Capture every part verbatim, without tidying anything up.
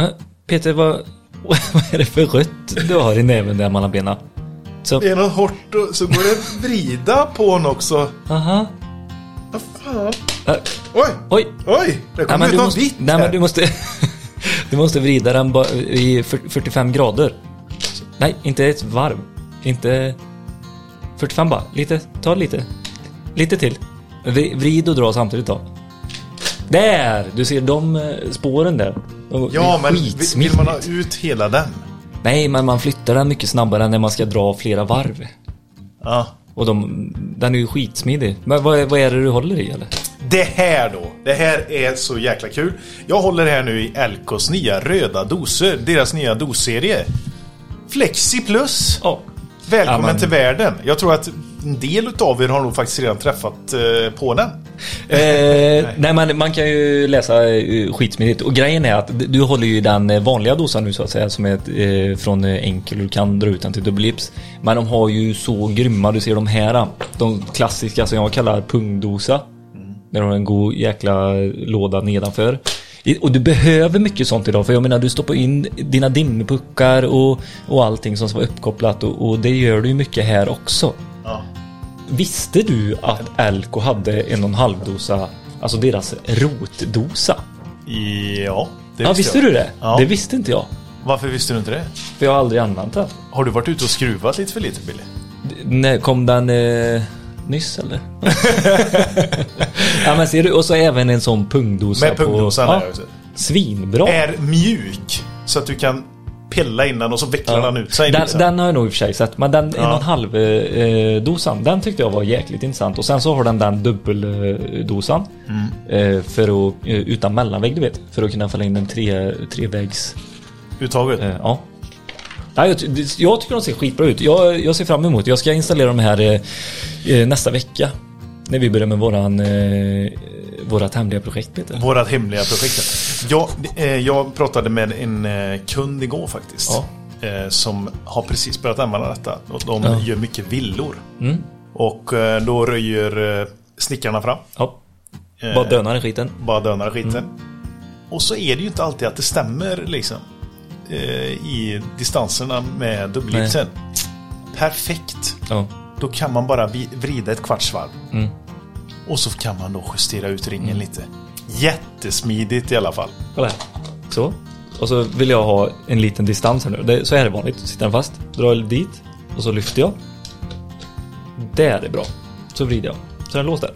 Peter, vad, vad är det för rött du har i näven där mellan benen? Så. Det är något hårt och så går det vrida på den också. Aha. Vad fan? Uh, oj. Oj. Oj, det kommer ut något vitt. Nej, men du måste du måste vrida den i fyrtiofem grader. Nej, inte ett varv. Inte fyrtiofem bara. Lite, ta lite. Lite till. Vrid och dra samtidigt då. Där, du ser de spåren där. De, ja, men vill man ha ut hela den? Nej, men man flyttar den mycket snabbare än när man ska dra flera varv. Ja. Och de, den är ju skitsmidig. Men vad, vad är det du håller i, eller? Det här då, det här är så jäkla kul. Jag håller här nu i Elkos nya röda doser. Deras nya dosserie Flexi Plus. Ja. Välkommen ja, men... till världen. Jag tror att en del av er har nog faktiskt redan träffat eh, på den. eh, nej, men man kan ju läsa eh, skitsmidigt. Och grejen är att du håller ju den vanliga dosan nu så att säga, som är ett, eh, från enkel. Du kan dra ut den till dubbellips. Men de har ju så grymma, du ser de här. De klassiska som jag kallar pungdosa. Mm. Där de har en god jäkla låda nedanför. Och du behöver mycket sånt idag. För jag menar, du stoppar in dina dimpuckar och, och allting som ska vara uppkopplat. Och, och det gör du ju mycket här också. Ja. Visste du att Elko hade en och en halv dosa, alltså deras rotdosa? Ja, det visste, ja, visste jag. du det? Ja. Det visste inte jag. Varför visste du inte det? För jag har aldrig använt den. Har du varit ute och skruvat lite för lite, Billy? När kom den eh, nyss, eller? Ja, men ser du, och så även en sån pungdosa. Med pungdosan på, ja, ja, svinbra. Är mjuk så att du kan pilla in den och så vecklar ja. den ut sig. Den, den har jag nog i och för sig sett. Men den ja. en och en halv eh, dosan, den tyckte jag var jäkligt intressant. Och sen så har den den dubbeldosan mm. eh, för att, eh, utan mellanvägg, du vet. För att kunna fälla in en tre, treväggs uttaget. Eh, ja. Ja, jag, jag tycker de ser skitbra ut. Jag, jag ser fram emot. Jag ska installera de här eh, nästa vecka. När vi börjar med våran, eh, vårat hemliga projekt, Peter. Vårat hemliga projekt. Jag, eh, jag pratade med en eh, kund igår faktiskt. Ja. Eh, som har precis börjat använda detta. Och de ja. gör mycket villor. Mm. Och eh, då röjer eh, snickarna fram. Ja. Bara dönar i skiten. Bara dönar i skiten. Mm. Och så är det ju inte alltid att det stämmer liksom. I distanserna med dubbellipsen. Perfekt. Ja. Då kan man bara vrida ett kvartsvarv. Mm. Och så kan man då justera ut ringen mm. lite. Jättesmidigt i alla fall. Kolla här. Så. Och så vill jag ha en liten distans här nu. Det, så är det vanligt. Sitter den fast. Drar dit. Och så lyfter jag. Det är bra. Så vrider jag. Så den låter.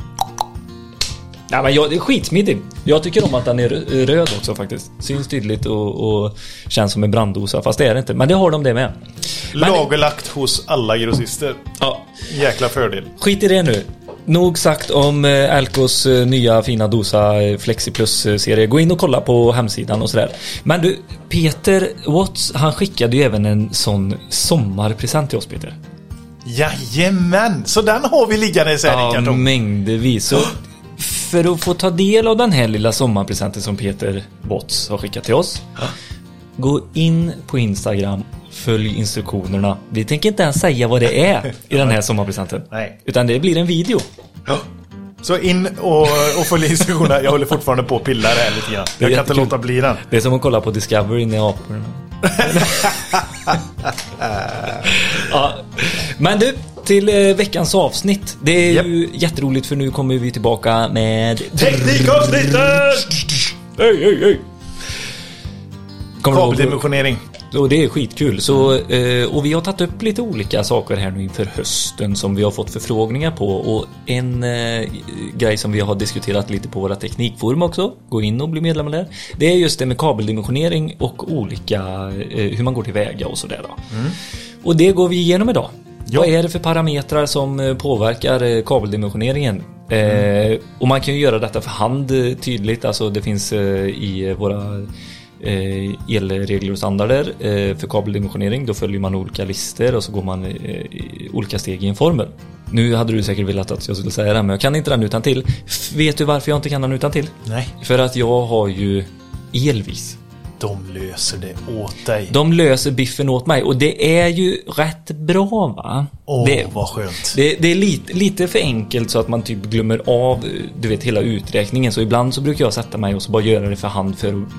Ja, men jag, det är skitsmidigt. Jag tycker om att den är röd också faktiskt. Syns tydligt och, och känns som en branddosa. Fast det är det inte. Men det har de det med. Men, lagerlagt hos alla grossister. Ja. Jäkla fördel. Skit i det nu. Nog sagt om Elkos nya fina dosa Flexi Plus-serie. Gå in och kolla på hemsidan och sådär. Men du, Peter Watts, han skickade ju även en sån sommarpresent till oss, Peter. Jajamän, så den har vi liggande i ja, kartong. Mängdevis. Så för att få ta del av den här lilla sommarpresenten som Peter Watts har skickat till oss, gå in på Instagram, följ instruktionerna. Vi tänker inte ens säga vad det är i den här sommarpresenten. Nej. Utan det blir en video. Ja. Så in och, och följ instruktionerna. Jag håller fortfarande på att pilla det här lite grann. Jag kan inte låta bli den. Det är som att kolla på Discovery när aporna. Ja. Men du, till eh, veckans avsnitt. Det är yep. ju jätteroligt för nu kommer vi tillbaka med teknikavsnittet. Hej, hej, hej. Kabeldimensionering. Och det är skitkul. Så, eh, och vi har tagit upp lite olika saker här nu inför hösten som vi har fått förfrågningar på. Och en eh, grej som vi har diskuterat lite på våra teknikforum också, gå in och bli medlem där, det är just det med kabeldimensionering och olika eh, hur man går tillväga och sådär då. Mm. Och det går vi igenom idag. Ja. Vad är det för parametrar som påverkar kabeldimensioneringen? Mm. Eh, och man kan ju göra detta för hand tydligt. Alltså det finns eh, i våra eh, elregler och standarder eh, för kabeldimensionering. Då följer man olika lister och så går man eh, olika steg i en formel. Nu hade du säkert velat att jag skulle säga det, men jag kan inte den utan till. Vet du varför jag inte kan den utan till? Nej. För att jag har ju elvis. De löser det åt dig. De löser biffen åt mig. Och det är ju rätt bra, va? Åh, det, vad skönt. Det, det är lite, lite för enkelt så att man typ glömmer av, du vet, hela uträkningen. Så ibland så brukar jag sätta mig och så bara göra det för hand för att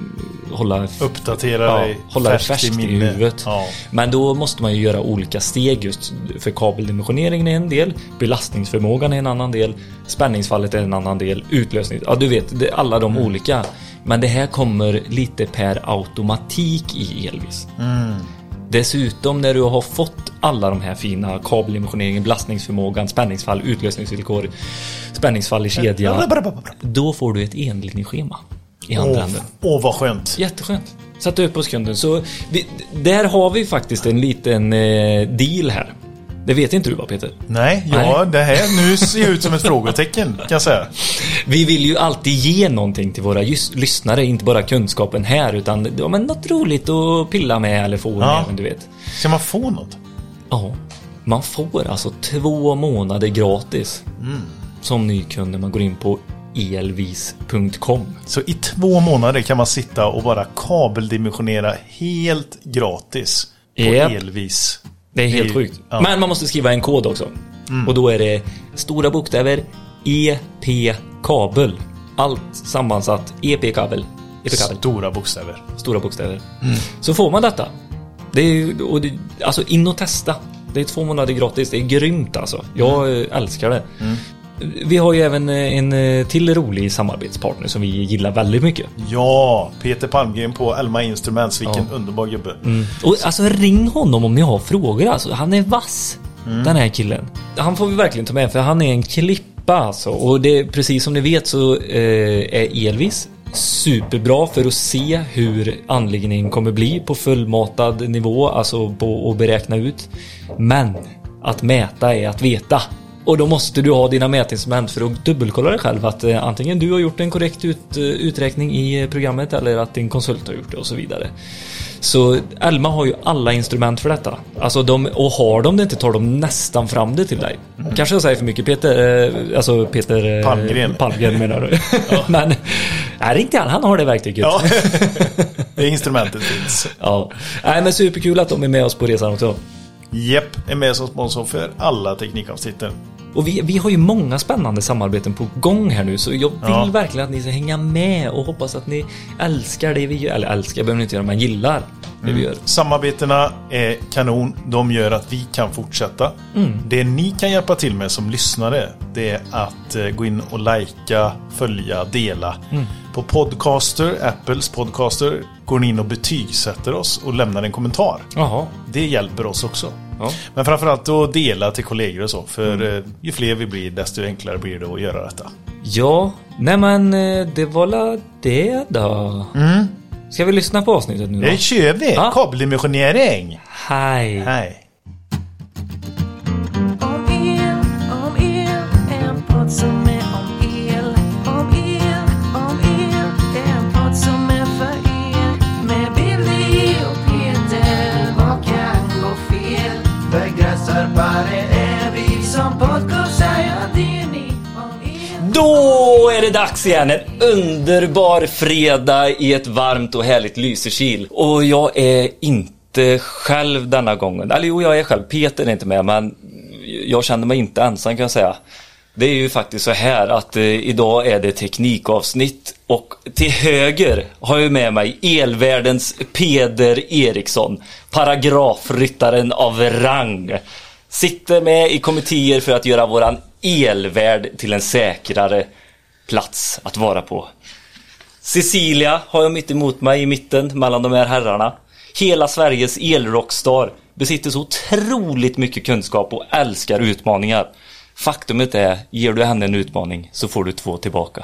hålla uppdatera ja, dig hålla det färskt i huvudet. Ja. Men då måste man ju göra olika steg just för kabeldimensioneringen är en del, belastningsförmågan är en annan del, spänningsfallet är en annan del, utlösning. Ja, du vet, det är alla de mm. olika. Men det här kommer lite per automatik i Elvis. Mm. Dessutom när du har fått alla de här fina kabeldimensioneringen, belastningsförmågan, spänningsfall, utlösningsvillkor, spänningsfall i kedja, då får du ett enlinjeschema i andra änden. Åh, vad skönt. Jätteskönt. Sätt upp på sekunden. Så vi, där har vi faktiskt en liten eh, deal här. Det vet inte du va, Peter? Nej, ja, Nej. Det här nu ser ut som ett frågetecken kan jag säga. Vi vill ju alltid ge någonting till våra just, lyssnare, inte bara kunskapen här utan ja, men något roligt att pilla med eller få ja. med, du vet. Ska man få något? Ja, man får alltså två månader gratis mm. som ny kund när man går in på elvis punkt com. Så i två månader kan man sitta och bara kabeldimensionera helt gratis på yep. Elvis. Det är helt sjukt. Ja. Men man måste skriva en kod också. Mm. Och då är det stora bokstäver E P-kabel. Allt sammansatt E P-kabel. E P-kabel. Stora bokstäver. Stora bokstäver. Mm. Så får man detta. Det är, och det, alltså in och testa. Det är två månader gratis. Det är grymt alltså. Jag mm. älskar det. Mm. Vi har ju även en till rolig samarbetspartner som vi gillar väldigt mycket. Ja, Peter Palmgren på Elma Instruments. Vilken ja. underbar gubbe. Mm. Och alltså ring honom om ni har frågor. Alltså, han är vass, mm. den här killen. Han får vi verkligen ta med för han är en klippa. Alltså. Och det, precis som ni vet så eh, är Elvis superbra för att se hur anläggningen kommer bli på fullmatad nivå. Alltså på att beräkna ut. Men att mäta är att veta. Och då måste du ha dina mätinstrument för att dubbelkolla dig själv att eh, antingen du har gjort en korrekt ut, uh, uträkning i programmet eller att din konsult har gjort det och så vidare. Så Elma har ju alla instrument för detta. Alltså de, och har de det inte tar de nästan fram det till dig. Mm. Kanske jag säger för mycket Peter, eh, alltså Peter eh, Palmgren. Palmgren menar du. Ja. Men nej, inte han, han har det verktyget. Ja. Det instrumentet finns. Ja. Nej, men superkul att de är med oss på resan också. Jepp, är med som sponsor för alla teknikavsnitten. Och vi, vi har ju många spännande samarbeten på gång här nu. Så jag vill ja. verkligen att ni ska hänga med och hoppas att ni älskar det vi gör. Eller älskar behöver ni inte göra, men gillar det mm. vi gör. Samarbetena är kanon. De gör att vi kan fortsätta. Mm. Det ni kan hjälpa till med som lyssnare, det är att uh, gå in och likea, följa, dela. Mm. På Podcaster, Apples Podcaster, går ni in och betygsätter oss och lämnar en kommentar. Jaha. Det hjälper oss också. Ja. Men framförallt att dela till kollegor och så. För mm. ju fler vi blir, desto enklare blir det att göra detta. Ja, nej men det var la det då. Mm. Ska vi lyssna på avsnittet nu då? Det kör vi. Ja. Kabeldimensionering. Hej. Hej. Om el, om el, en podd som är om el. Om el, om el, en podd som är för er. Med Billy och Peter, vad kan gå fel? Begränsarbare är vi som podcastar, ja det är ni. Då är det dags igen, en underbar fredag i ett varmt och härligt Lysekil. Och jag är inte själv denna gången. Eller jo, jag är själv, Peter är inte med, men jag känner mig inte ensam kan jag säga. Det är ju faktiskt så här att eh, idag är det teknikavsnitt och till höger har jag med mig elvärldens Peder Eriksson, paragrafryttaren av rang. Sitter med i kommittéer för att göra våran elvärld till en säkrare plats att vara på. Cecilia har jag mitt emot mig i mitten mellan de här herrarna. Hela Sveriges elrockstar, besitter så otroligt mycket kunskap och älskar utmaningar. Faktumet är, ger du henne en utmaning så får du två tillbaka.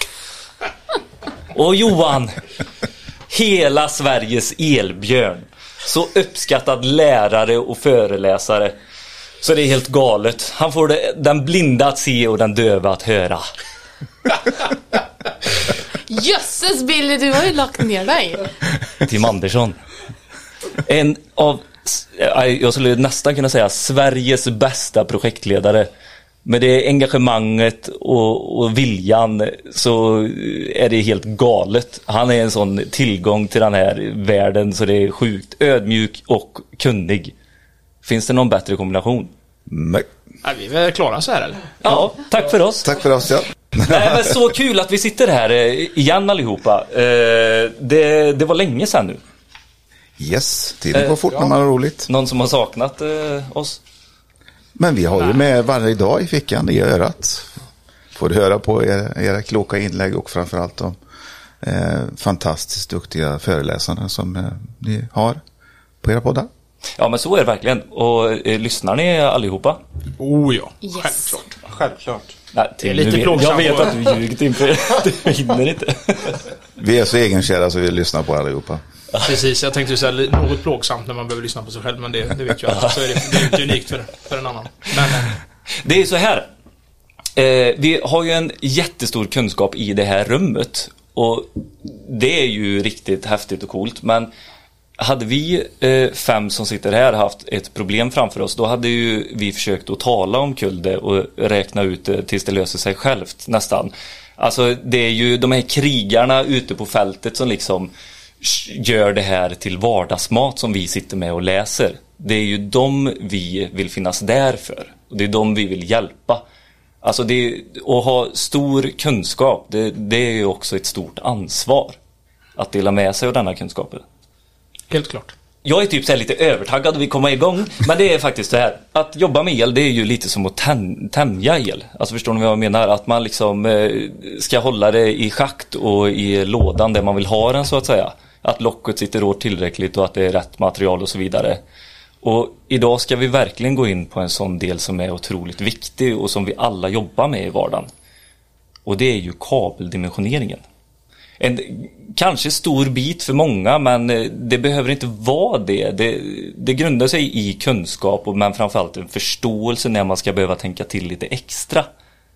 Och Johan, hela Sveriges elbjörn, så uppskattad lärare och föreläsare. Så det är helt galet. Han får det, den blinda att se och den döva att höra. Jösses Billy, du har ju lagt ner dig. Tim Andersson. En av, jag skulle nästan kunna säga, Sveriges bästa projektledare. Med det engagemanget och, och viljan så är det helt galet. Han är en sån tillgång till den här världen så det är sjukt ödmjuk och kunnig. Finns det någon bättre kombination? Nej. Är vi väl klara så här eller? Ja, tack för oss. Tack för oss, ja. Nej, men så kul att vi sitter här igen allihopa. Det, det var länge sedan nu. Yes, tiden går fort när man har roligt. Någon som har saknat oss? Men vi har ju med varje dag i fickan i örat. Får du höra på era, era kloka inlägg och framförallt de eh, fantastiskt duktiga föreläsarna som eh, ni har på era poddar. Ja, men så är det verkligen. Och eh, lyssnar ni allihopa? Oh ja, Yes. självklart. Självklart. Nej, Det är lite vet, plågsamt. jag vet att du ljugit inför. Du hinner inte. Vi är så egenkära så vi lyssnar på allihopa. Precis, jag tänkte säga li- något plågsamt när man behöver lyssna på sig själv, men det, det vet ju alla. Så är det, det är inte unikt för, för en annan. Men, eh, Det är så här. Eh, vi har ju en jättestor kunskap i det här rummet. Och det är ju riktigt häftigt och coolt. Men hade vi eh, fem som sitter här haft ett problem framför oss, då hade ju vi försökt att tala om kulde och räkna ut det tills det löser sig självt nästan. Alltså det är ju de här krigarna ute på fältet som liksom gör det här till vardagsmat som vi sitter med och läser. Det är ju de vi vill finnas där för. Och det är de vi vill hjälpa. Alltså det är, att ha stor kunskap, det, det är ju också ett stort ansvar att dela med sig av denna kunskapen. helt klart. Jag är typ så här lite övertaggad och vi kommer igång. Men det är faktiskt så här. Att jobba med el, det är ju lite som att täm- tämja el. Alltså förstår ni vad jag menar? Att man liksom eh, ska hålla det i schakt och i lådan där man vill ha den så att säga. Att locket sitter åt tillräckligt och att det är rätt material och så vidare. Och idag ska vi verkligen gå in på en sån del som är otroligt viktig och som vi alla jobbar med i vardagen. Och det är ju kabeldimensioneringen. En kanske stor bit för många, men det behöver inte vara det. Det, det grundar sig i kunskap och men framförallt en förståelse när man ska behöva tänka till lite extra.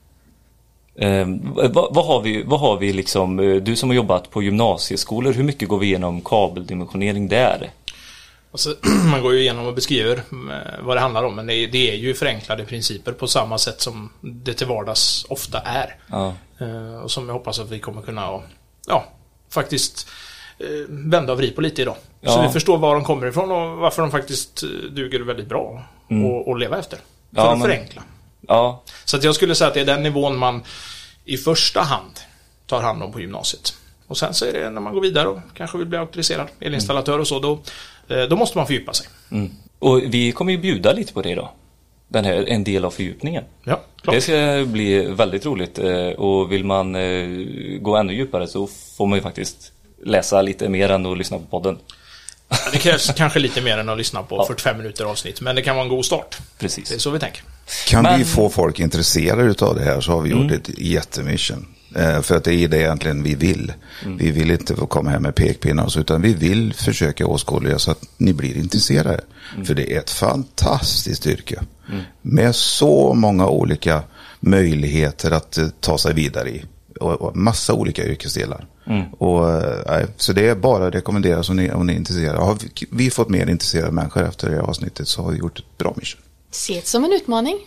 Eh, vad, vad har vi, vad har vi liksom, du som har jobbat på gymnasieskolor, hur mycket går vi igenom kabeldimensionering där? Alltså, man går ju igenom och beskriver eh, vad det handlar om, men det är, det är ju förenklade principer på samma sätt som det till vardags ofta är. Ja. Eh, och som jag hoppas att vi kommer kunna ja, faktiskt eh, vända och vrida på lite idag. Ja. Så vi förstår var de kommer ifrån och varför de faktiskt eh, duger väldigt bra Mm. och, och leva efter. För Ja, att men- förenkla. Ja, Så att jag skulle säga att det är den nivån man i första hand tar hand om på gymnasiet. Och sen så är det när man går vidare och kanske vill bli auktoriserad elinstallatör och så, då, eh, då måste man fördjupa sig. mm. Och vi kommer ju bjuda lite på det idag. Den här, en del av fördjupningen. Ja, klart. Det ska bli väldigt roligt eh, och vill man eh, gå ännu djupare så får man ju faktiskt läsa lite mer än att lyssna på podden. Det krävs kanske lite mer än att lyssna på Ja. fyrtiofem minuter avsnitt, men det kan vara en god start. Det är Precis. så vi tänker. Kan Men- vi få folk intresserade av det här så har vi gjort ett jättemission. Eh, för att det är det egentligen vi vill. Vi vill inte få komma här med pekpinnar och så, utan vi vill försöka åskådliggöra så att ni blir intresserade. För det är ett fantastiskt yrke. Med så många olika möjligheter att eh, ta sig vidare i. Och, och massa olika yrkesdelar. Och, eh, så det är bara att rekommendera om ni, om ni är intresserade. Har vi, vi fått mer intresserade människor efter det här avsnittet så har vi gjort ett bra mission. Se det som en utmaning.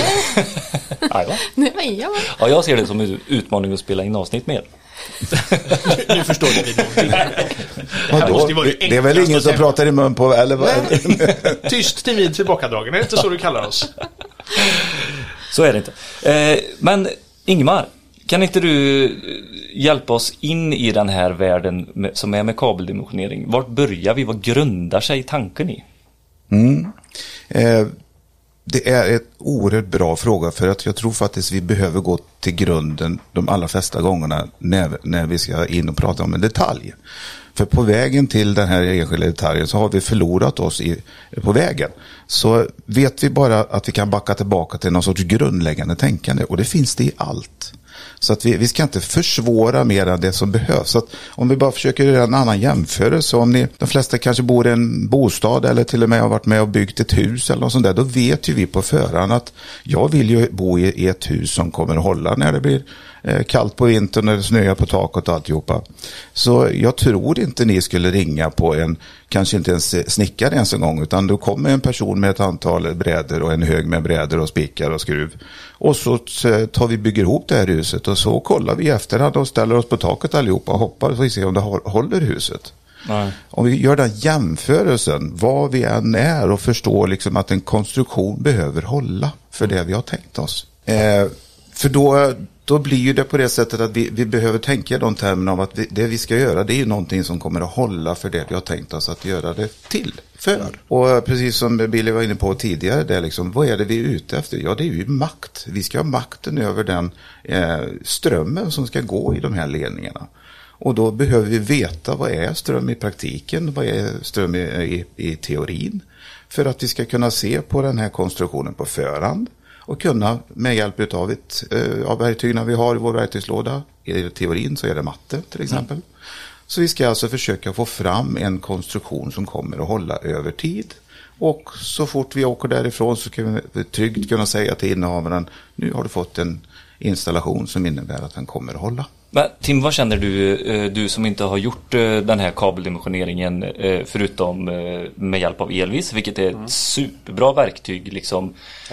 Ja, ja. Nej, ja. Ja, jag ser det som en utmaning att spela in avsnitt mer. Nu förstår ni det någonting. Det här Vadå? måste ju vara det Det är väl enklaste ingen att som säga. pratar i mun på, eller vad? Tyst, timid, tillbakadragen. Är det inte så du kallar oss? Så är det inte. Eh, men Ingmar, kan inte du hjälpa oss in i den här världen med, som är med kabeldimensionering? Vart börjar vi? Vad grundar sig tanken i? Mm. Eh, det är ett oerhört bra fråga för att jag tror faktiskt vi behöver gå till grunden de allra flesta gångerna när, när vi ska in och prata om en detalj. För på vägen till den här enskilda detaljen så har vi förlorat oss i, på vägen. Så vet vi bara att vi kan backa tillbaka till någon sorts grundläggande tänkande och det finns det i allt. Så att vi, vi ska inte försvåra mer än det som behövs. Så att om vi bara försöker göra en annan jämförelse. Om ni, de flesta kanske bor i en bostad eller till och med har varit med och byggt ett hus eller något sånt där. Då vet ju vi på förhand att jag vill ju bo i, i ett hus som kommer att hålla när det blir eh, kallt på vintern, när det snöar på taket och alltihopa. Så jag tror inte ni skulle ringa på en, kanske inte ens snickare ens en gång, utan då kommer en person med ett antal brädor och en hög med brädor och spikar och skruv. Och så tar vi bygger ihop det här huset och så kollar vi efterhand och ställer oss på taket allihopa och hoppas och ser om det håller huset. Nej. Om vi gör den jämförelsen, vad vi än är och förstår liksom att en konstruktion behöver hålla för det vi har tänkt oss. Eh, för då, då blir ju det på det sättet att vi, vi behöver tänka de termerna om att vi, det vi ska göra, det är ju någonting som kommer att hålla för det vi har tänkt oss att göra det till, för. Och precis som Billy var inne på tidigare, det är liksom, vad är det vi är ute efter? Ja, det är ju makt. Vi ska ha makten över den eh, strömmen som ska gå i de här ledningarna. Och då behöver vi veta vad är ström i praktiken, vad är ström i, i, i teorin, för att vi ska kunna se på den här konstruktionen på förhand och kunna med hjälp av, ett, eh, av verktygen vi har i vår verktygslåda, i teorin så är det matte till exempel. Mm. Så vi ska alltså försöka få fram en konstruktion som kommer att hålla över tid. Och så fort vi åker därifrån så kan vi tryggt kunna säga till innehavaren, nu har du fått en installation som innebär att den kommer att hålla. Men Tim, vad känner du, du som inte har gjort den här kabeldimensioneringen förutom med hjälp av Elvis, vilket är ett mm. superbra verktyg liksom.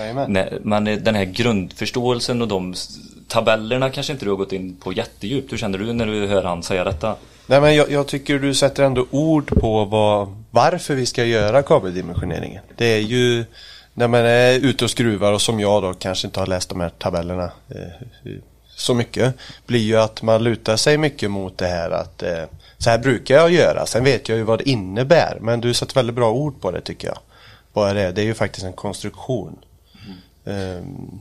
Men den här grundförståelsen och de tabellerna kanske inte du har gått in på jättedjupt. Hur känner du när du hör han säga detta? Nej, men jag, jag tycker du sätter ändå ord på vad, varför vi ska göra kabeldimensioneringen. Det är ju när man är ute och skruvar och som jag då kanske inte har läst de här tabellerna eh, så mycket, blir ju att man lutar sig mycket mot det här att eh, så här brukar jag göra. Sen vet jag ju vad det innebär, men du sätter väldigt bra ord på det tycker jag. Vad är det? Det är ju faktiskt en konstruktion. Mm. Um,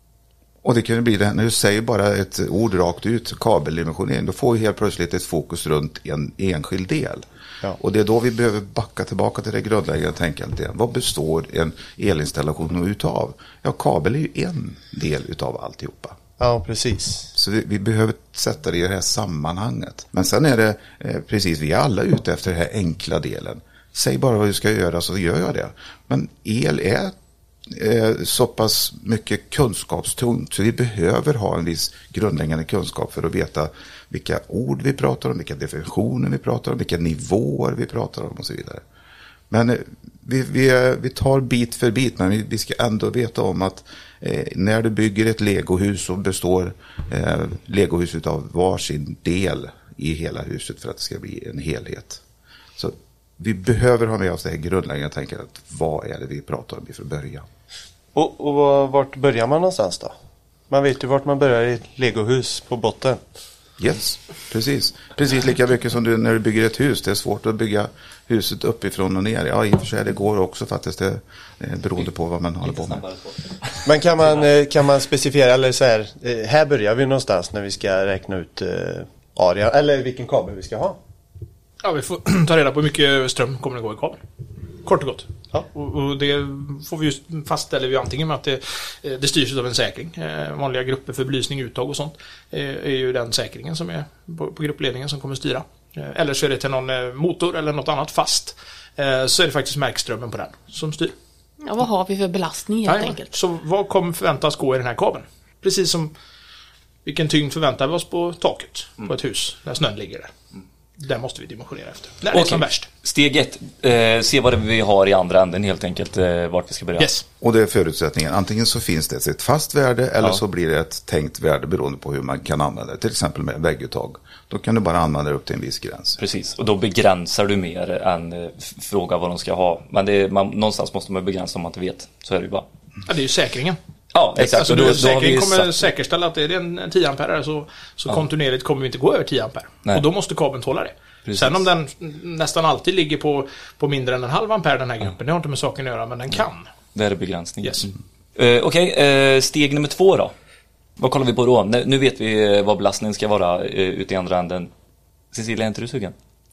Och det kan ju bli det, när du säger bara ett ord rakt ut, kabeldimensionering, då får vi helt plötsligt ett fokus runt en enskild del. Ja. Och det är då vi behöver backa tillbaka till det grundläggande tänkandet igen. Vad består en elinstallation utav? Ja, kabel är ju en del utav alltihopa. Ja, precis. Så vi, vi behöver sätta det i det här sammanhanget. Men sen är det eh, precis, vi är alla ute efter den här enkla delen. Säg bara vad du ska göra så gör jag det. Men el är eh, så pass mycket kunskapstungt så vi behöver ha en viss grundläggande kunskap för att veta vilka ord vi pratar om, vilka definitioner vi pratar om, vilka nivåer vi pratar om och så vidare. Men eh, vi, vi, vi tar bit för bit, men vi, vi ska ändå veta om att eh, när du bygger ett legohus så består eh, legohuset av varsin del i hela huset för att det ska bli en helhet. Så vi behöver ha med oss det här grundläggande tänkandet. Vad är det vi pratar om från början? Och, och vart börjar man någonstans då? Man vet ju vart man börjar i ett legohus på botten. Yes, precis. Precis lika mycket som du när du bygger ett hus. Det är svårt att bygga huset uppifrån och ner. Ja, i och för sig det går också faktiskt. Det är beroende på vad man håller på med. Men kan man, kan man specificera, eller så här, här börjar vi någonstans när vi ska räkna ut uh, area, eller vilken kabel vi ska ha? Ja, vi får ta reda på hur mycket ström kommer det gå i kabeln. Kort och gott. Ja. Och, och det får vi just fastställa vi antingen med att det, det styrs av en säkring. Eh, vanliga grupper för belysning, uttag och sånt eh, är ju den säkringen som är på, på gruppledningen som kommer styra. Eh, eller så är det till någon eh, motor eller något annat fast. Eh, så är det faktiskt märkströmmen på den som styr. Ja, vad har vi för belastning helt Nej, enkelt? Så vad kommer förväntas gå i den här kabeln? Precis som vilken tyngd förväntar vi oss på taket mm. på ett hus när snön ligger där. Mm. Där måste vi dimensionera efter. När det är som värst. Steg ett. Eh, se vad vi har i andra änden helt enkelt. Eh, vart vi ska börja. Yes. Och det är förutsättningen. Antingen så finns det ett fast värde eller ja. så blir det ett tänkt värde beroende på hur man kan använda det. Till exempel med vägguttag. Då kan du bara använda det upp till en viss gräns. Precis. Och då begränsar du mer än eh, fråga vad de ska ha. Men det är, man, någonstans måste man begränsa om man inte vet. Så är det ju bara. Ja, det är ju säkringen. Ja, exakt. Alltså, då, då säkring kommer satt... säkerställa att det är en, en tio ampere så, så ja. kontinuerligt kommer vi inte gå över tio ampere. Nej. Och då måste kabeln tåla det. Precis. Sen om den nästan alltid ligger på, på mindre än en halv ampere den här gruppen, ja. det har inte med saken att göra, men den kan. Det är begränsning. Yes. Mm. Uh, Okej, okay, uh, steg nummer två då. Vad kollar vi på då? Nu, nu vet vi vad belastningen ska vara uh, ute i andra änden. Cecilia, är inte du sugen?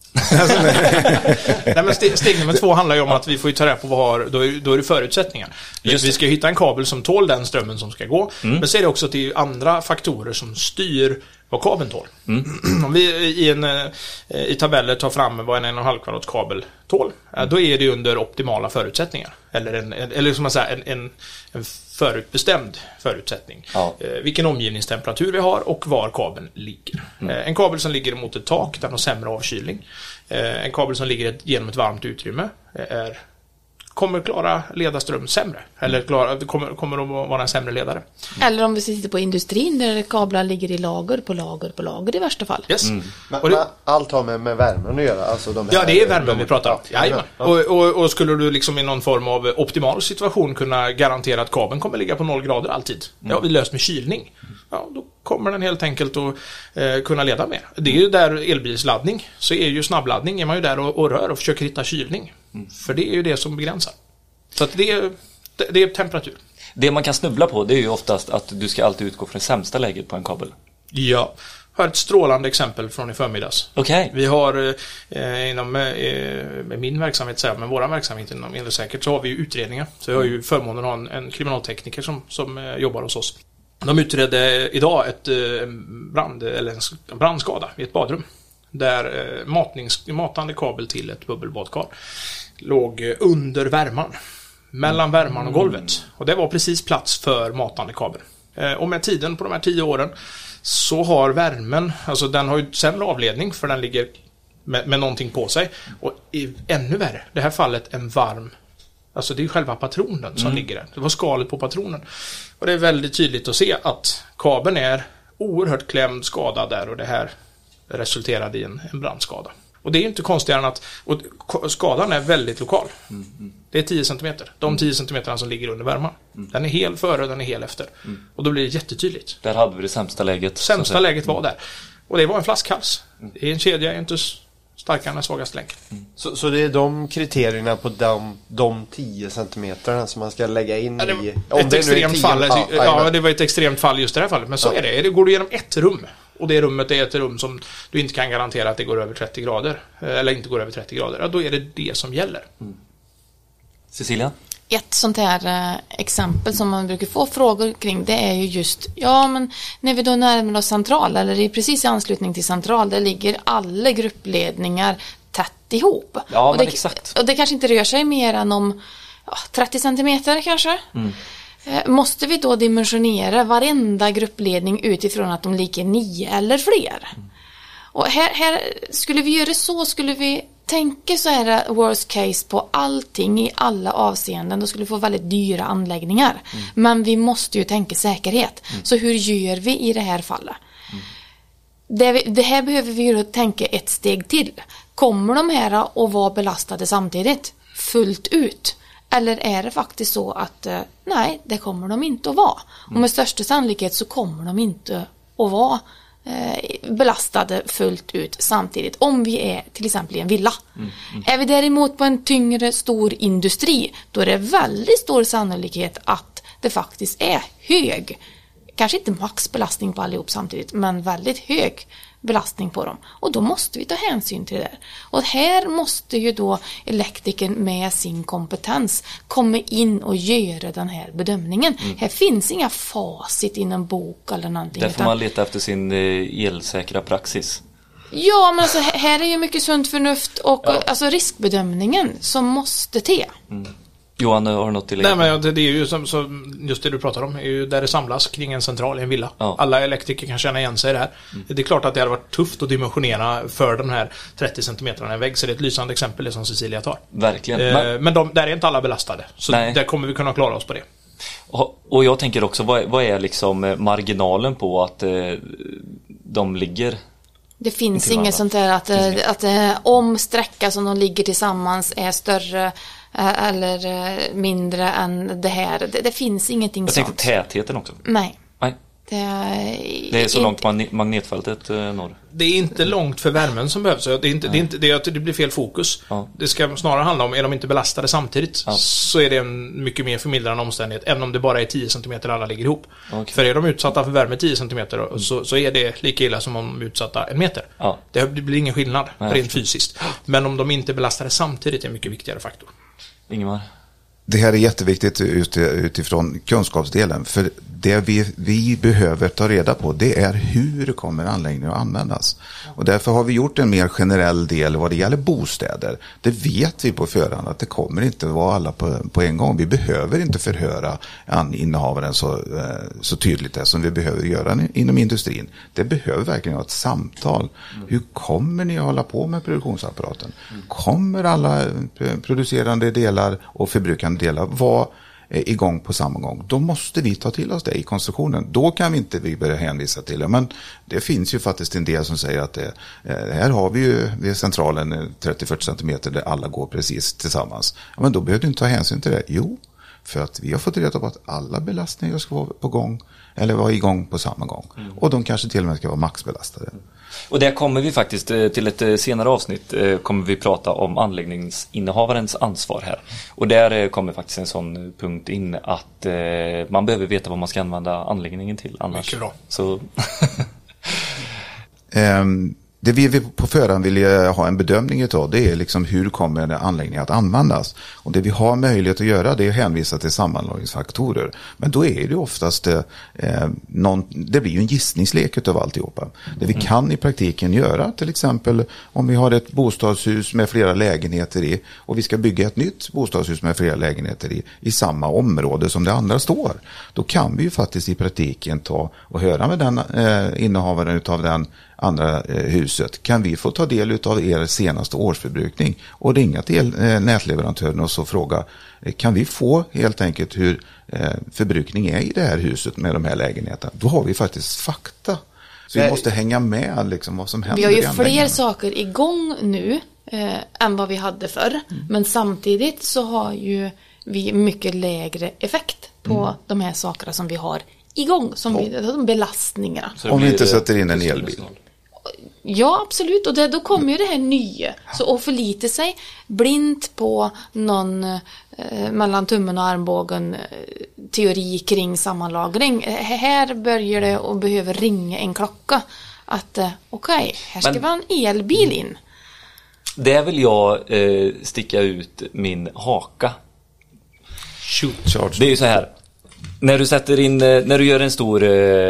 Nej, men steg, steg nummer två handlar ju om att vi får ju ta reda på vad har, då, är, då är det förutsättningar. Just vi ska hitta en kabel som tål den strömmen som ska gå. Mm. Men så är det också att det är andra faktorer som styr vad kabeln tål. Mm. Om vi i, en, i tabeller tar fram vad en en och en halv kvadrat kabel tål, mm. då är det under optimala förutsättningar. Eller, en, eller som man säger, en, en, en förutbestämd förutsättning. Ja. Eh, vilken omgivningstemperatur vi har och var kabeln ligger. Mm. Eh, en kabel som ligger mot ett tak, den har sämre avkylning. Eh, en kabel som ligger ett, genom ett varmt utrymme är, kommer klara leda ström sämre. Eller klara, kommer, kommer att vara en sämre ledare. Eller om vi sitter på industrin där kablar ligger i lager på lager på lager i värsta fall. Yes. Mm. Men, och det, allt har med, med värmen att göra? Alltså de här, ja, det är värmen vi pratar om. Ja, ja. Ja. Och, och, och skulle du liksom i någon form av optimal situation kunna garantera att kabeln kommer ligga på noll grader alltid? Mm. Ja, vi löst med kylning. Ja, då kommer den helt enkelt att eh, kunna leda mer. Det är ju där elbilsladdning, så är ju snabbladdning är man ju där och, och rör och försöker hitta kylning. Mm. För det är ju det som begränsar. Så att det, är, det, det är temperatur. Det man kan snubbla på, det är ju oftast att du ska alltid utgå från det sämsta läget på en kabel. Ja, jag har ett strålande exempel från i förmiddags. Okay. Vi har eh, inom eh, min verksamhet, så här, men våra verksamhet inom Elsäkert, så har vi ju utredningar. Så jag har ju förmånen att ha en, en kriminaltekniker som, som eh, jobbar hos oss. De utredde idag ett eh, brand, eller en brandskada i ett badrum. Där eh, matnings, matande kabel till ett bubbelbadkar låg under värman. Mellan värman och golvet. Och det var precis plats för matande kabel. Eh, och med tiden på de här tio åren så har värmen, alltså den har ju sämre avledning för den ligger med, med någonting på sig. Och i, ännu värre, det här fallet en varm, alltså det är själva patronen som mm. ligger där. Det var skalet på patronen. Och det är väldigt tydligt att se att kabeln är oerhört klämd, skadad där, och det här resulterade i en, en brandskada. Och det är ju inte konstigare än att, och skadan är väldigt lokal. Mm, mm. Det är tio centimeter. De tio centimeterna som ligger under värman. Mm. Den är hel före och den är hel efter. Mm. Och då blir det jättetydligt. Där hade vi det sämsta läget. Sämsta läget var där. Och det var en flaskhals. Mm. Det är en kedja, är inte starkare än den svagaste länken. Mm. Så, så det är de kriterierna på de, de tio centimeterna som man ska lägga in ja, det i... Om ett det extremt fall. Ja, ja, det var ett extremt fall just i det här fallet. Men så ja. är det. Det går du genom ett rum. Och det rummet är ett rum som du inte kan garantera att det går över trettio grader. Eller inte går över trettio grader. Ja, då är det det som gäller. Mm. Cecilia? Ett sånt här eh, exempel som man brukar få frågor kring, det är ju just, ja men när vi då närmar oss central, eller i precis i anslutning till central, där ligger alla gruppledningar tätt ihop. Ja, och, men det, exakt. och det kanske inte rör sig mer än om ja, trettio centimeter kanske. Mm. Eh, måste vi då dimensionera varenda gruppledning utifrån att de ligger nio eller fler? Mm. Och här, här skulle vi göra så, skulle vi tänka så här worst case på allting i alla avseenden, då skulle vi få väldigt dyra anläggningar. Mm. Men vi måste ju tänka säkerhet. Mm. Så hur gör vi i det här fallet? Mm. Det, vi, det här behöver vi ju tänka ett steg till. Kommer de här att vara belastade samtidigt? Fullt ut? Eller är det faktiskt så att nej, det kommer de inte att vara. Mm. Och med största sannolikhet så kommer de inte att vara belastade fullt ut samtidigt, om vi är till exempel i en villa. Mm, mm. Är vi däremot på en tyngre stor industri, då är det väldigt stor sannolikhet att det faktiskt är hög, kanske inte maxbelastning på allihop samtidigt, men väldigt hög belastning på dem. Och då måste vi ta hänsyn till det. Och här måste ju då elektrikern med sin kompetens komma in och göra den här bedömningen. Mm. Här finns inga facit i en bok eller någonting. Där får man leta efter sin elsäkra praxis. Ja, men alltså här är ju mycket sunt förnuft och ja. alltså riskbedömningen som måste till. Mm. Johan, har du något till? Nej, men det är ju som, som just det du pratar om, är ju där det samlas kring en central i en villa. Ja. Alla elektriker kan känna igen sig i det här. Mm. Det är klart att det hade varit tufft att dimensionera för de här trettio centimeterna i vägg, så det är ett lysande exempel det som Cecilia tar. Verkligen. Eh, men men de, där är inte alla belastade, så Nej. där kommer vi kunna klara oss på det. Och, och jag tänker också, vad, vad är liksom marginalen på att eh, de ligger... Det finns inget sånt där att, att, att, att om sträcka som de ligger tillsammans är större eller mindre än det här. Det, det finns ingenting sånt. Jag tänkte tätheten också. Nej. Nej. Det är, det är så långt magn- magnetfältet eh, norr. Det är inte långt för värmen som behövs. Det, är inte, det, är inte, det, är, det blir fel fokus. Ja. Det ska snarare handla om, är de inte belastade samtidigt, ja. så är det en mycket mer förmildrande omständighet än om det bara är tio centimeter alla ligger ihop. Okay. För är de utsatta för värme tio centimeter mm. så, så är det lika illa som om de är utsatta en meter. Ja. Det blir ingen skillnad Nej, rent fysiskt. Men om de inte är belastade samtidigt är en mycket viktigare faktor. Ingemar? Det här är jätteviktigt utifrån kunskapsdelen, för det vi, vi behöver ta reda på, det är hur kommer anläggningen att användas. Och därför har vi gjort en mer generell del vad det gäller bostäder. Det vet vi på förhand att det kommer inte vara alla på, på en gång. Vi behöver inte förhöra innehavaren så, så tydligt det som vi behöver göra inom industrin. Det behöver verkligen vara ett samtal. Hur kommer ni att hålla på med produktionsapparaten? Kommer alla producerande delar och förbrukande delar vara igång på samma gång? Då måste vi ta till oss det i konstruktionen. Då kan vi inte vi börja hänvisa till det. Men det finns ju faktiskt en del som säger att det, här har vi ju vid centralen trettio till fyrtio centimeter där alla går precis tillsammans. Ja, men då behöver du inte ta hänsyn till det. Jo, För att vi har fått reda på att alla belastningar ska vara på gång eller vara igång på samma gång. Mm. Och de kanske till och med ska vara maxbelastade. Mm. Och där kommer vi faktiskt till ett senare avsnitt kommer vi prata om anläggningsinnehavarens ansvar här. Och där kommer faktiskt en sån punkt in att man behöver veta vad man ska använda anläggningen till annars. Mycket bra. Så um, Det vi på förhand vill ha en bedömning utav, det är liksom hur kommer anläggningen att användas. Och det vi har möjlighet att göra, det är att hänvisa till sammanlagringsfaktorer. Men då är det oftast eh, någon, det blir ju en gissningslek utav alltihopa. Det vi kan i praktiken göra, till exempel om vi har ett bostadshus med flera lägenheter i och vi ska bygga ett nytt bostadshus med flera lägenheter i, i samma område som det andra står. Då kan vi ju faktiskt i praktiken ta och höra med den eh, innehavaren utav den andra eh, huset. Kan vi få ta del av er senaste årsförbrukning och ringa till eh, nätleverantören och så fråga, eh, kan vi få helt enkelt hur eh, förbrukning är i det här huset med de här lägenheterna? Då har vi faktiskt fakta. Så vi måste hänga med liksom, vad som händer. Vi har ju fler saker igång nu eh, än vad vi hade förr. Mm. Men samtidigt så har ju vi mycket lägre effekt på mm. de här sakerna som vi har igång. Som oh. vi, de belastningarna. Om vi inte sätter in en elbil. Ja, absolut. Och det, då kommer ju det här nya. Så att förlita sig blint på någon eh, mellan tummen och armbågen eh, teori kring sammanlagring. Eh, här börjar det och behöver ringa en klocka. Att eh, okej, okay, här ska vi ha en elbil in. Där vill jag eh, sticka ut min haka. Shoot. Det är ju så här. När du sätter in, när du gör en stor,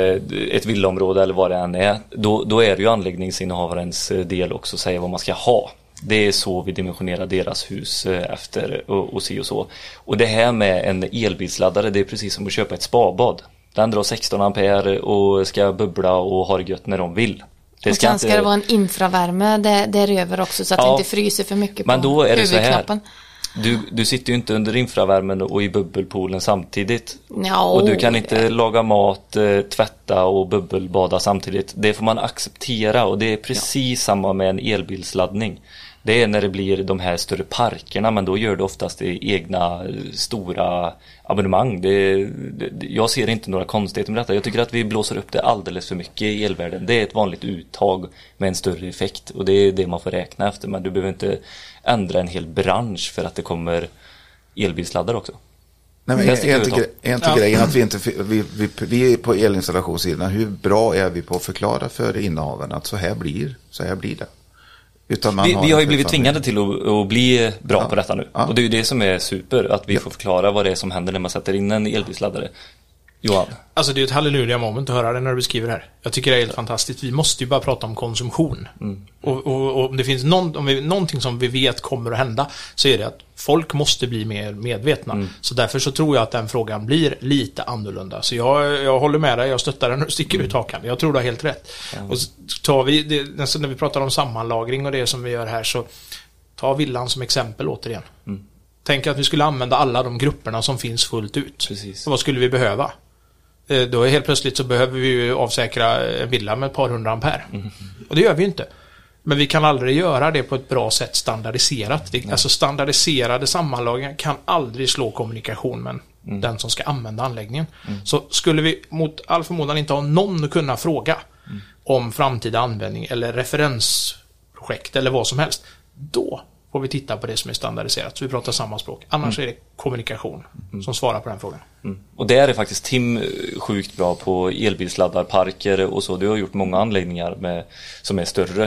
ett villaområde eller vad det än är, då, då är det ju anläggningsinnehavarens del också att säga vad man ska ha. Det är så vi dimensionerar deras hus efter och, och se och så. Och det här med en elbilsladdare, det är precis som att köpa ett spabad. Den drar sexton ampere och ska bubbla och ha det gött när de vill. Det och ska sen inte... ska det vara en infravärme där, däröver också så att ja, det inte fryser för mycket men på då är det så här. Du, du sitter ju inte under infravärmen och i bubbelpoolen samtidigt. Ja, och du kan inte laga mat, tvätta och bubbelbada samtidigt. Det får man acceptera och det är precis ja. samma med en elbilsladdning. Det är när det blir de här större parkerna, men då gör det oftast i egna stora abonnemang. Det, det, jag ser inte några konstigheter med detta. Jag tycker att vi blåser upp det alldeles för mycket i elvärlden. Det är ett vanligt uttag med en större effekt och det är det man får räkna efter. Men du behöver inte ändra en hel bransch för att det kommer elbilsladdare också. Nej, men en till ja. grejen att vi inte vi, vi, vi är på elinstallationssidan. Hur bra är vi på att förklara för innehavarna att så här blir, så här blir det? Utan man vi, har vi har ju blivit tvingade till att, att bli bra ja. på detta nu. Ja. Och det är ju det som är super, att vi ja. får förklara vad det är som händer när man sätter in en elbilsladdare. Johan? Alltså det är ett halleluja moment att höra det när du beskriver det här. Jag tycker det är helt fantastiskt. Vi måste ju bara prata om konsumtion. Mm. Och, och, och om det finns någon, om vi, någonting som vi vet kommer att hända så är det att folk måste bli mer medvetna. Mm. Så därför så tror jag att den frågan blir lite annorlunda. Så jag, jag håller med dig, jag stöttar den och sticker mm. ut hakan. Jag tror du har helt rätt. Mm. Och tar vi, det, när vi pratar om sammanlagring och det som vi gör här så ta villan som exempel återigen. Mm. Tänk att vi skulle använda alla de grupperna som finns fullt ut. Precis. Vad skulle vi behöva? Då är helt plötsligt så behöver vi ju avsäkra en villa med ett par hundra ampere. Mm. Och det gör vi inte. Men vi kan aldrig göra det på ett bra sätt standardiserat. Det, alltså standardiserade sammanlagringar kan aldrig slå kommunikation med mm. den som ska använda anläggningen. Mm. Så skulle vi mot all förmodan inte ha någon att kunna fråga mm. om framtida användning eller referensprojekt eller vad som helst, då får vi titta på det som är standardiserat. Så vi pratar samma språk. Annars mm. är det kommunikation mm. som svarar på den frågan. Mm. Och där är faktiskt Tim sjukt bra på elbilsladdarparker och så. Du har gjort många anläggningar med, som är större.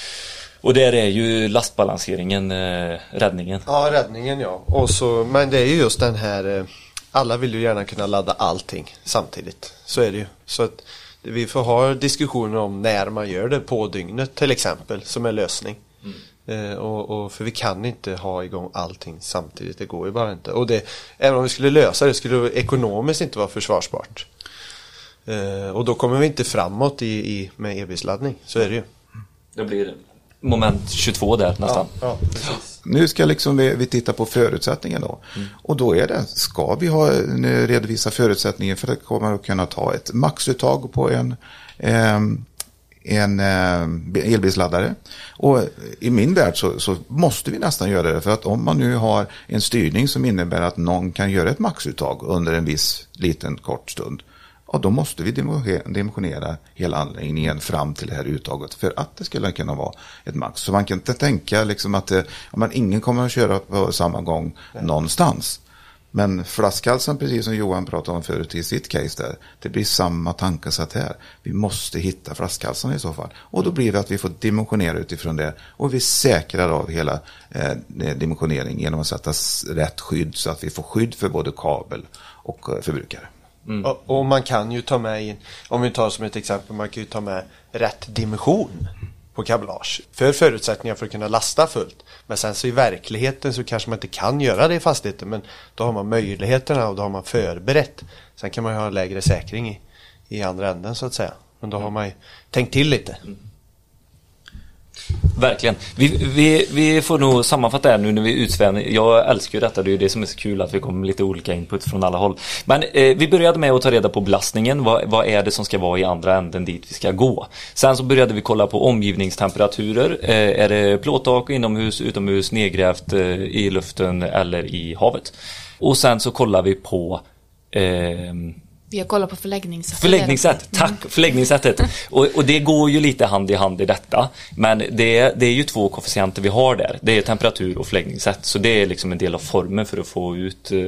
Och där är ju lastbalanseringen eh, räddningen. Ja, räddningen ja. Och så, men det är ju just den här, eh, alla vill ju gärna kunna ladda allting samtidigt. Så är det ju. Så att vi får ha diskussioner om när man gör det på dygnet till exempel som en lösning. Mm. Eh, och, och för vi kan inte ha igång allting samtidigt, det går ju bara inte. Och det, även om vi skulle lösa det skulle det ekonomiskt inte vara försvarsbart. Eh, och då kommer vi inte framåt i, i, med elbilsladdning, så är det ju. Då blir det moment tjugotvå där nästan. Ja, ja, precis. Nu ska liksom vi, vi titta på förutsättningen då. Mm. Och då är det, ska vi ha, nu redovisa förutsättningen för att komma att kunna ta ett maxuttag på en eh, en eh, elbilsladdare. Och i min värld så, så måste vi nästan göra det, för att om man nu har en styrning som innebär att någon kan göra ett maxuttag under en viss liten kort stund, och då måste vi dimensionera hela anläggningen fram till det här uttaget för att det skulle kunna vara ett max. Så man kan inte tänka liksom att det, man, ingen kommer att köra på samma gång någonstans. Men flaskhalsen, precis som Johan pratade om förut i sitt case där, det blir samma tankesätt här. Vi måste hitta flaskhalsen i så fall. Och då blir det att vi får dimensionera utifrån det. Och vi säkrar av hela eh, dimensionering genom att sätta rätt skydd så att vi får skydd för både kabel och eh, förbrukare. Mm. Och, och man kan ju ta med in, om vi tar som ett exempel, man kan ju ta med rätt dimension på kabelage för förutsättningar för att kunna lasta fullt. Men sen så i verkligheten så kanske man inte kan göra det i fastigheten, men då har man möjligheterna och då har man förberett. Sen kan man ju ha lägre säkring i, i andra änden så att säga. Men då har man ju tänkt till lite. Mm. Verkligen. Vi, vi, vi får nog sammanfatta här nu när vi utsvävar. Jag älskar ju detta, det är ju det som är så kul att vi kommer med lite olika input från alla håll. Men eh, vi började med att ta reda på belastningen. Vad, vad är det som ska vara i andra änden dit vi ska gå? Sen så började vi kolla på omgivningstemperaturer. Eh, är det plåttak, inomhus, utomhus, nedgrävt eh, i luften eller i havet? Och sen så kollar vi på... Eh, Vi har kollat på förläggningssätt. Förläggningssätt, tack. Mm. Förläggningssättet. Och, och det går ju lite hand i hand i detta. Men det är, det är ju två koefficienter vi har där. Det är temperatur och förläggningssätt. Så det är liksom en del av formen för att få ut uh,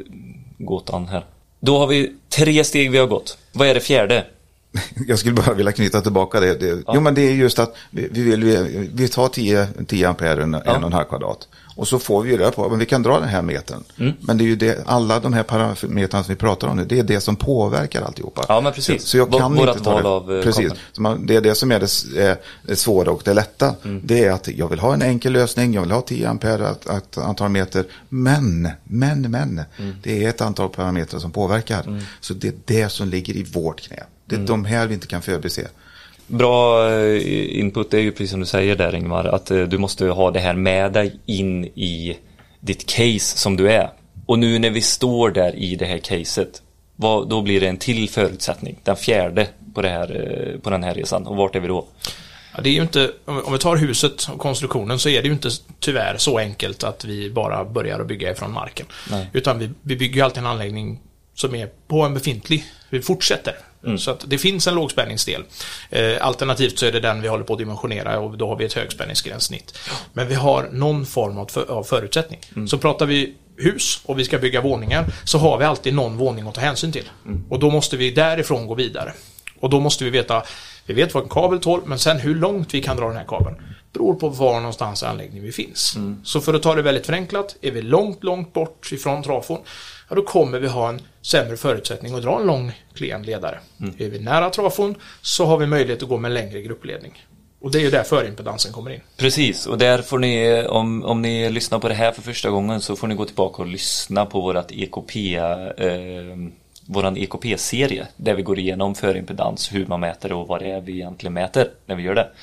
gåtan här. Då har vi tre steg vi har gått. Vad är det fjärde? Jag skulle bara vilja knyta tillbaka det. det ja. Jo, men det är just att vi, vi, vill, vi, vi tar tio ampere, en, ja. en och en halv kvadrat. Och så får vi ju det på, men vi kan dra den här metern. Mm. Men det är ju det, alla de här parametrarna som vi pratar om nu, det är det som påverkar alltihopa. Ja, men precis. Så, så jag kan v- inte ta det. Av, precis. Så man, det är det som är det, det svåra och det lätta. Mm. Det är att jag vill ha en enkel lösning, jag vill ha tio ampere, ett, ett antal meter. Men, men, men, mm. det är ett antal parametrar som påverkar. Mm. Så det är det som ligger i vårt knä. Det är mm. de här vi inte kan förbise. Bra input, det är ju precis som du säger där, Ingmar, att du måste ha det här med dig in i ditt case som du är. Och nu när vi står där i det här caset, vad, då blir det en till förutsättning, den fjärde på, det här, på den här resan. Och vart är vi då? Ja, det är ju inte, om vi tar huset och konstruktionen, så är det ju inte tyvärr så enkelt att vi bara börjar att bygga ifrån marken. Nej. Utan vi, vi bygger ju alltid en anläggning som är på en befintlig, vi fortsätter. Mm. Så att det finns en lågspänningsdel. Eh, alternativt så är det den vi håller på att dimensionera, och då har vi ett högspänningsgränssnitt. Men vi har någon form av, för, av förutsättning. Mm. Så pratar vi hus och vi ska bygga våningar, så har vi alltid någon våning att ta hänsyn till. Mm. Och då måste vi därifrån gå vidare. Och då måste vi veta, vi vet vad en kabel tål, men sen hur långt vi kan dra den här kabeln beror på var någonstans i anläggningen vi finns. Mm. Så för att ta det väldigt förenklat, är vi långt, långt bort ifrån trafon, ja, då kommer vi ha en sämre förutsättning att dra en lång klen ledare. Mm. Är vi nära trafon, så har vi möjlighet att gå med en längre gruppledning. Och det är ju där förimpedansen kommer in. Precis, och där får ni, om, om ni lyssnar på det här för första gången, så får ni gå tillbaka och lyssna på vårat E K P, eh, våran E K P-serie, där vi går igenom förimpedans, hur man mäter och vad det är vi egentligen mäter när vi gör det.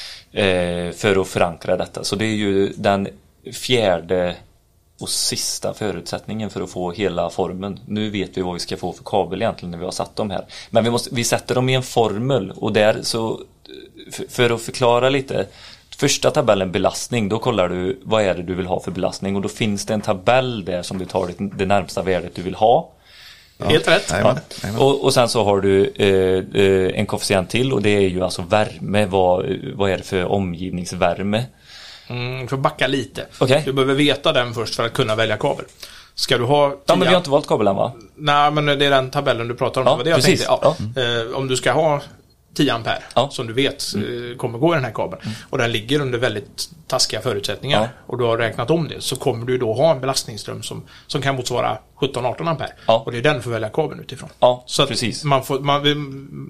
Eh, för att förankra detta. Så det är ju den fjärde och sista förutsättningen för att få hela formen. Nu vet vi vad vi ska få för kabel egentligen när vi har satt dem här. Men vi, måste, vi sätter dem i en formel, och där så, för att förklara lite, första tabellen belastning, då kollar du vad är det du vill ha för belastning, och då finns det en tabell där som du tar det, det närmsta värdet du vill ha. Ja. Helt rätt. Ja. Och, och sen så har du eh, eh, en koefficient till, och det är ju alltså värme. Vad, vad är det för omgivningsvärme? Mm, för att backa lite. Okay. Du behöver veta den först för att kunna välja kabel. Ska du ha tio... Ja, men vi har inte valt kabeln, va? Nej, men det är den tabellen du pratar om. Ja, det var det precis. jag tänkte. Ja. Ja. Mm. Om du ska ha tio ampere, ja, som du vet mm. kommer gå i den här kabeln, mm. och den ligger under väldigt taskiga förutsättningar, ja, och du har räknat om det, så kommer du då ha en belastningsström som, som kan motsvara sjutton arton ampere. Ja. Och det är den för att välja kabeln utifrån. Ja, så att precis. Man får... Man, vi,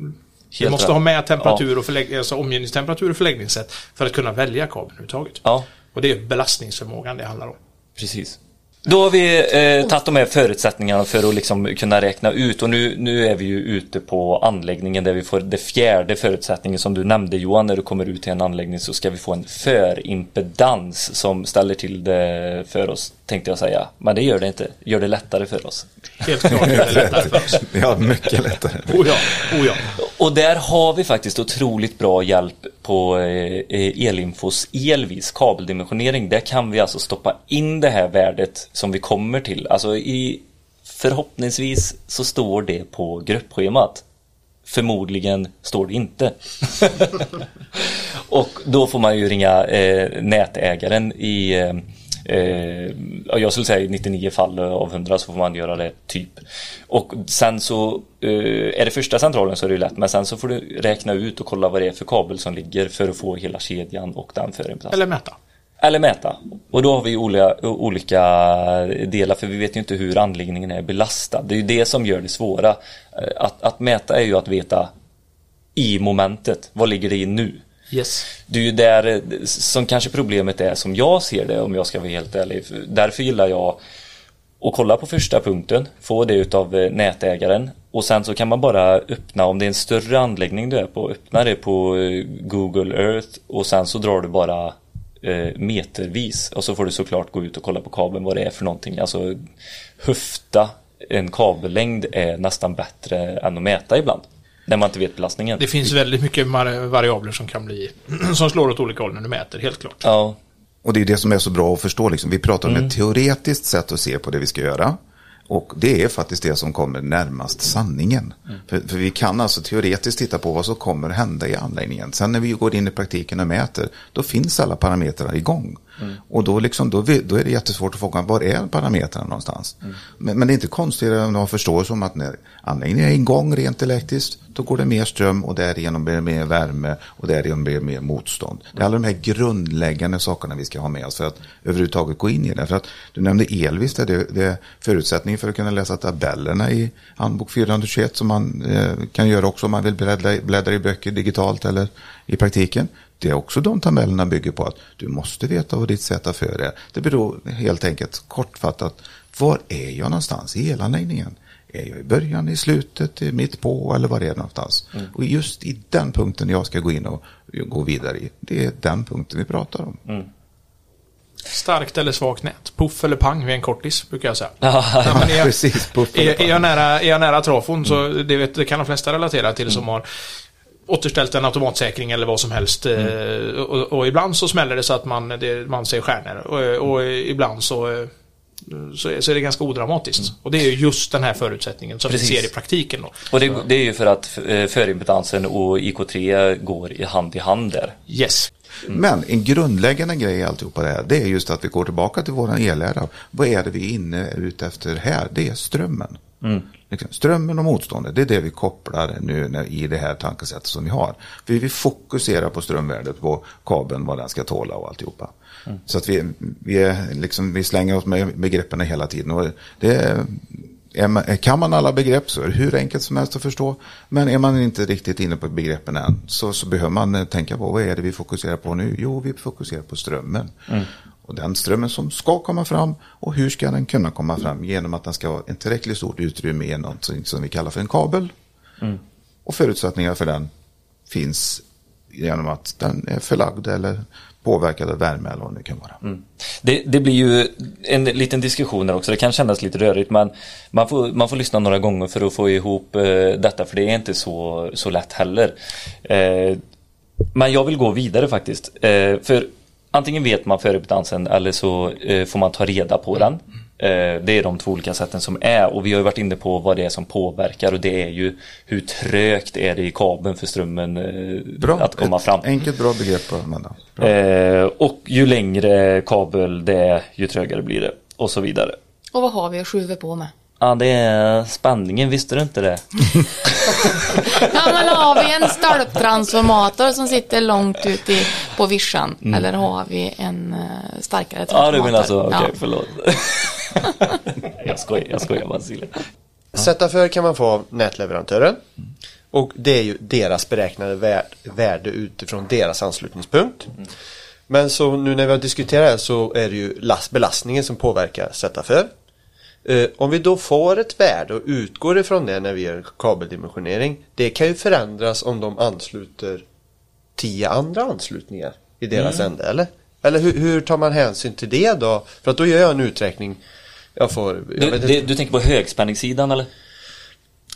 vi måste rätt. ha med temperatur och förlägg, alltså omgivningstemperatur och förläggningssätt för att kunna välja kabeln överhuvudtaget. Ja. Och det är belastningsförmågan det handlar om. Precis. Då har vi eh, tagit de här förutsättningarna för att liksom kunna räkna ut, och nu, nu är vi ju ute på anläggningen där vi får det fjärde förutsättningen som du nämnde, Johan. När du kommer ut till en anläggning så ska vi få en förimpedans som ställer till det för oss, tänkte jag säga. Men det gör det inte, gör det lättare för oss. Helt klart gör det lättare för oss. Ja, mycket lättare. Oh ja, oh ja. Och där har vi faktiskt otroligt bra hjälp på eh, Elinfos Elvis kabeldimensionering. Där kan vi alltså stoppa in det här värdet som vi kommer till. Alltså i, förhoppningsvis så står det på gruppschemat. Förmodligen står det inte. Och då får man ju ringa eh, nätägaren i... Eh, Eh, jag skulle säga i nittionio fall av hundra så får man göra det typ. Och sen så eh, är det första centralen så är det lätt, men sen så får du räkna ut och kolla vad det är för kabel som ligger för att få hela kedjan och den förimplats. Eller mäta. Eller mäta. Och då har vi olika, olika delar, för vi vet ju inte hur anläggningen är belastad. Det är ju det som gör det svåra. Att, att mäta är ju att veta i momentet, vad ligger det i nu? Yes. Det är ju där som kanske problemet är, som jag ser det, om jag ska vara helt ärlig. Därför gillar jag att kolla på första punkten, få det utav nätägaren, och sen så kan man bara öppna, om det är en större anläggning du är på, öppna det på Google Earth och sen så drar du bara eh, metervis, och så får du såklart gå ut och kolla på kabeln vad det är för någonting. Alltså höfta en kabellängd är nästan bättre än att mäta ibland, när man inte vet belastningen. Det finns väldigt mycket variabler som kan bli som slår åt olika håll när du mäter, helt klart. Ja. Och det är det som är så bra att förstå. Liksom. Vi pratar om mm. ett teoretiskt sätt att se på det vi ska göra. Och det är faktiskt det som kommer närmast sanningen. Mm. För, för vi kan alltså teoretiskt titta på vad som kommer hända i anläggningen. Sen när vi går in i praktiken och mäter, då finns alla parametrar igång. Mm. Och då, liksom, då, då är det jättesvårt att fråga, var är parametrarna någonstans? Mm. Men, men det är inte konstigt att man förstår som att när anläggningen är igång rent elektriskt, då går det mer ström och därigenom blir det mer värme och därigenom blir det mer motstånd. Det är alla de här grundläggande sakerna vi ska ha med oss för att överhuvudtaget gå in i det. För att du nämnde Elvis, det är, det är förutsättningen för att kunna läsa tabellerna i handbok fyrahundratjugoett som man eh, kan göra också om man vill bläddra, bläddra i böcker digitalt eller i praktiken. Det är också de tabellerna bygger på att du måste veta vad ditt sätt för är. Det beror helt enkelt kortfattat, var är jag någonstans i elanläggningen? Är jag i början, i slutet, mitt på eller var är jag någonstans? Mm. Och just i den punkten jag ska gå in och gå vidare i, det är den punkten vi pratar om. Mm. Starkt eller svagt nät, puff eller pang vid en kortis brukar jag säga. Ja, men är, precis, puff eller är, är, jag nära, är jag nära trafon så det, vet, det kan de flesta relatera till mm. som har återställt en automatsäkring eller vad som helst. Mm. Och, och ibland så smäller det så att man, det, man ser stjärnor. Och, och ibland så, så, är, så är det ganska odramatiskt. Mm. Och det är ju just den här förutsättningen som Precis. vi ser i praktiken då. Och det, det är ju för att förimpedansen och I K tre går i hand i hand där. Yes. Mm. Men en grundläggande grej i alltihopa det här, det är just att vi går tillbaka till våran ellära. Vad är det vi är inne ute efter här? Det är strömmen. Mm. Liksom, strömmen och motståndet, det är det vi kopplar nu när, i det här tankesättet som vi har. För vi fokuserar på strömvärdet, på kabeln, vad den ska tåla och alltihopa. Mm. Så att vi, vi, är, liksom, vi slänger oss med begreppen hela tiden. Och det är, är, kan man alla begrepp så är det hur enkelt som helst att förstå. Men är man inte riktigt inne på begreppen än så, så behöver man tänka på vad är det vi fokuserar på nu? Jo, vi fokuserar på strömmen. Mm. Och den strömmen som ska komma fram, och hur ska den kunna komma fram? Genom att den ska ha en tillräckligt stort utrymme i något som vi kallar för en kabel. Mm. Och förutsättningar för den finns genom att den är förlagd eller påverkad av värme eller vad det kan vara. Mm. Det, det blir ju en liten diskussion där också. Det kan kännas lite rörigt, men man får, man får lyssna några gånger för att få ihop eh, detta, för det är inte så, så lätt heller. Eh, men jag vill gå vidare faktiskt. Eh, för antingen vet man förimpedansen eller så eh, får man ta reda på den. Eh, det är de två olika sätten som är. Och vi har ju varit inne på vad det är som påverkar. Och det är ju hur trögt är det i kabeln för strömmen eh, bra. att komma Ett fram. Enkelt bra begrepp att använda. Eh, och ju längre kabel det är, ju trögare blir det. Och så vidare. Och vad har vi att skjuva på med? Ja, det är spänningen, visste du inte det? Ja, men har vi en stolptransformator som sitter långt ut i, på vischan? Mm. Eller har vi en uh, starkare transformator? Ja, du menar så, okej, okay, ja. förlåt. jag skojar, jag skojar bara, Sille. Sätta för kan man få av nätleverantören. Och det är ju deras beräknade värde, värde utifrån deras anslutningspunkt. Mm. Men så nu när vi har diskuterat det så är det ju last, belastningen som påverkar sätta för. Uh, om vi då får ett värde och utgår ifrån det när vi gör kabeldimensionering, det kan ju förändras om de ansluter tio andra anslutningar i deras mm. ände, eller? Eller hur, hur tar man hänsyn till det då? För att då gör jag en uträkning. Jag får, jag du, vet det, du tänker på högspänningssidan, eller?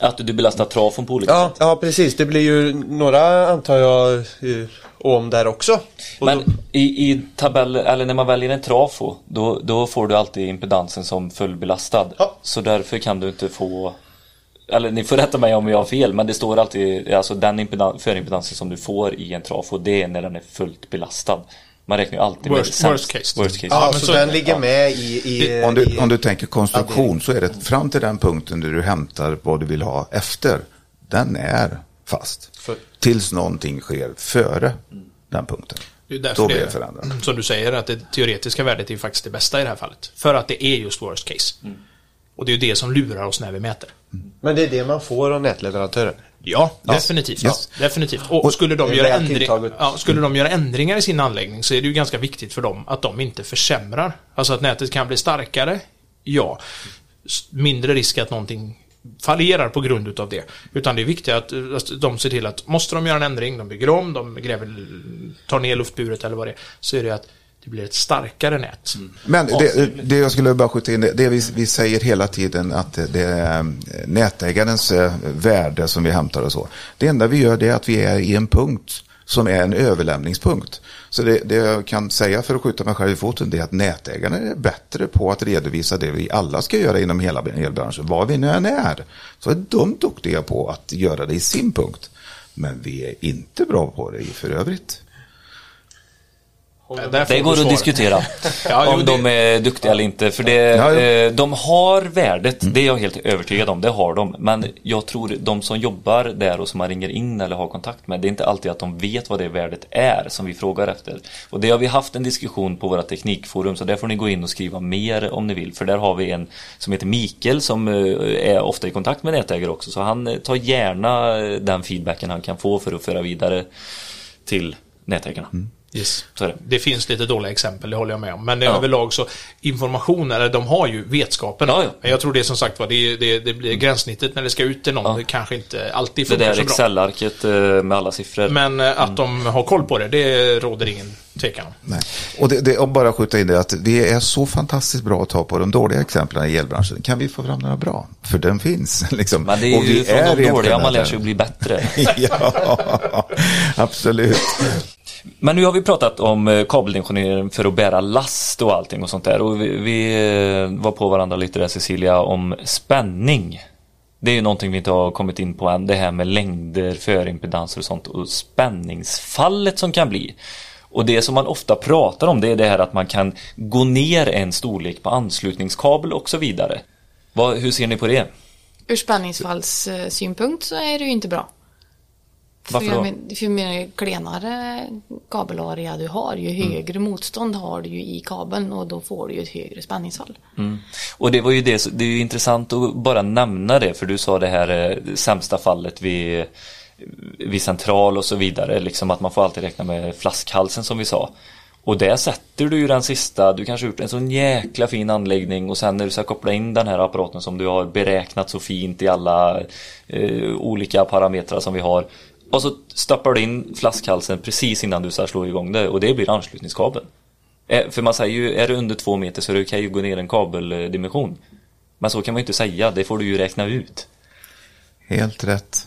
Att du belastar trafon på olika Ja, sätt. ja, precis. Det blir ju några, antar jag, eh, om där också. Och Men då, i, i tabell, eller när man väljer en trafo, då, då får du alltid impedansen som fullbelastad. Ja. Så därför kan du inte få, eller ni får rätta mig om jag har fel, men det står alltid, alltså den impedan, förimpedansen som du får i en trafo, det är när den är fullt belastad. Man räknar ju alltid Worst- med worst case. Worst case. ja, men så, så- den ligger ja. med i... i Om du, i, om du tänker konstruktion så är det fram till den punkten där du hämtar vad du vill ha efter. Den är fast. För- Tills någonting sker före den punkten. Det är därför Då blir det, det förändrat. som du säger, att det teoretiska värdet är faktiskt det bästa i det här fallet. För att det är just worst case. Mm. Och det är ju det som lurar oss när vi mäter. Men det är det man får av nätleverantören. Ja, definitivt. Yes. Ja, definitivt. Och skulle de, det är göra väl ändring, tilltaget. ja, skulle de göra ändringar i sin anläggning så är det ju ganska viktigt för dem att de inte försämrar. Alltså att nätet kan bli starkare, ja. S- Mindre risk att någonting fallerar på grund utav det. Utan det är viktigt att, att de ser till att måste de göra en ändring, de bygger om, de gräver, tar ner luftburet eller vad det är, så är det att det blir ett starkare nät. Men det, det jag skulle bara skjuta in, det, det vi, vi säger hela tiden att det är nätägarens eh, värde som vi hämtar och så. Det enda vi gör det är att vi är i en punkt som är en överlämningspunkt. Så det, det jag kan säga för att skjuta mig själv i foten, det är att nätägarna är bättre på att redovisa det vi alla ska göra inom hela elbranschen, vad vi nu än är. Så är de duktiga på att göra det i sin punkt. Men vi är inte bra på det i för övrigt. Där får Det du går att svara. diskutera Ja, jo, om det- de är duktiga eller inte. För det, Ja, ja. eh, de har värdet, det är jag helt övertygad om, det har de. Men jag tror de som jobbar där och som man ringer in eller har kontakt med, det är inte alltid att de vet vad det värdet är som vi frågar efter. Och det har vi haft en diskussion på våra teknikforum, så där får ni gå in och skriva mer om ni vill. För där har vi en som heter Mikael som eh, är ofta i kontakt med nätägare också. Så han eh, tar gärna eh, den feedbacken han kan få för att föra vidare till nätägarna. Yes. Så är det. Det finns lite dåliga exempel, det håller jag med om. Men Ja. överlag så information, eller de har ju vetskapen. Ja, ja. Men jag tror det är som sagt vad det, det, det blir gränssnittet när det ska ut till någon. Ja. Det kanske inte alltid Det funkar där så bra. Excel-arket eh, med alla siffror. Men eh, att de har koll på det, det råder ingen tvekan om. Nej. Och det, det, och bara skjuta in det att vi är så fantastiskt bra att ta på de dåliga exemplen i elbranschen. Kan vi få fram några bra? För den finns. Liksom. Men det är Och ju vi från är de rent dåliga man lär generellt- sig att bli bättre. Ja, absolut. Men nu har vi pratat om eh, kabeldimensionering för att bära last och allting och sånt där. Och vi, vi eh, var på varandra lite där, Cecilia, om spänning. Det är ju någonting vi inte har kommit in på än. Det här med längder, förimpedanser och sånt. Och spänningsfallet som kan bli. Och det som man ofta pratar om, det är det här att man kan gå ner en storlek på anslutningskabel och så vidare. Vad, hur ser ni på det? Ur spänningsfallssynpunkt så är det ju inte bra. Varför för då? jag men- För ju klenare kabelarea du har, ju högre motstånd har du ju i kabeln och då får du ju ett högre spänningsfall. Mm. Och det var ju det, det är ju intressant att bara nämna det, för du sa det här eh, sämsta fallet vid, vid central och så vidare, liksom att man får alltid räkna med flaskhalsen som vi sa. Och där sätter du ju den sista, du kanske har gjort en sån jäkla fin anläggning och sen när du ska koppla in den här apparaten som du har beräknat så fint i alla eh, olika parametrar som vi har, och så stoppar du in flaskhalsen precis innan du ska slå igång det, och det blir anslutningskabeln. Eh, för man säger ju, är det under två meter så är det okej att gå ner en kabeldimension. Men så kan man ju inte säga, det får du ju räkna ut. Helt rätt.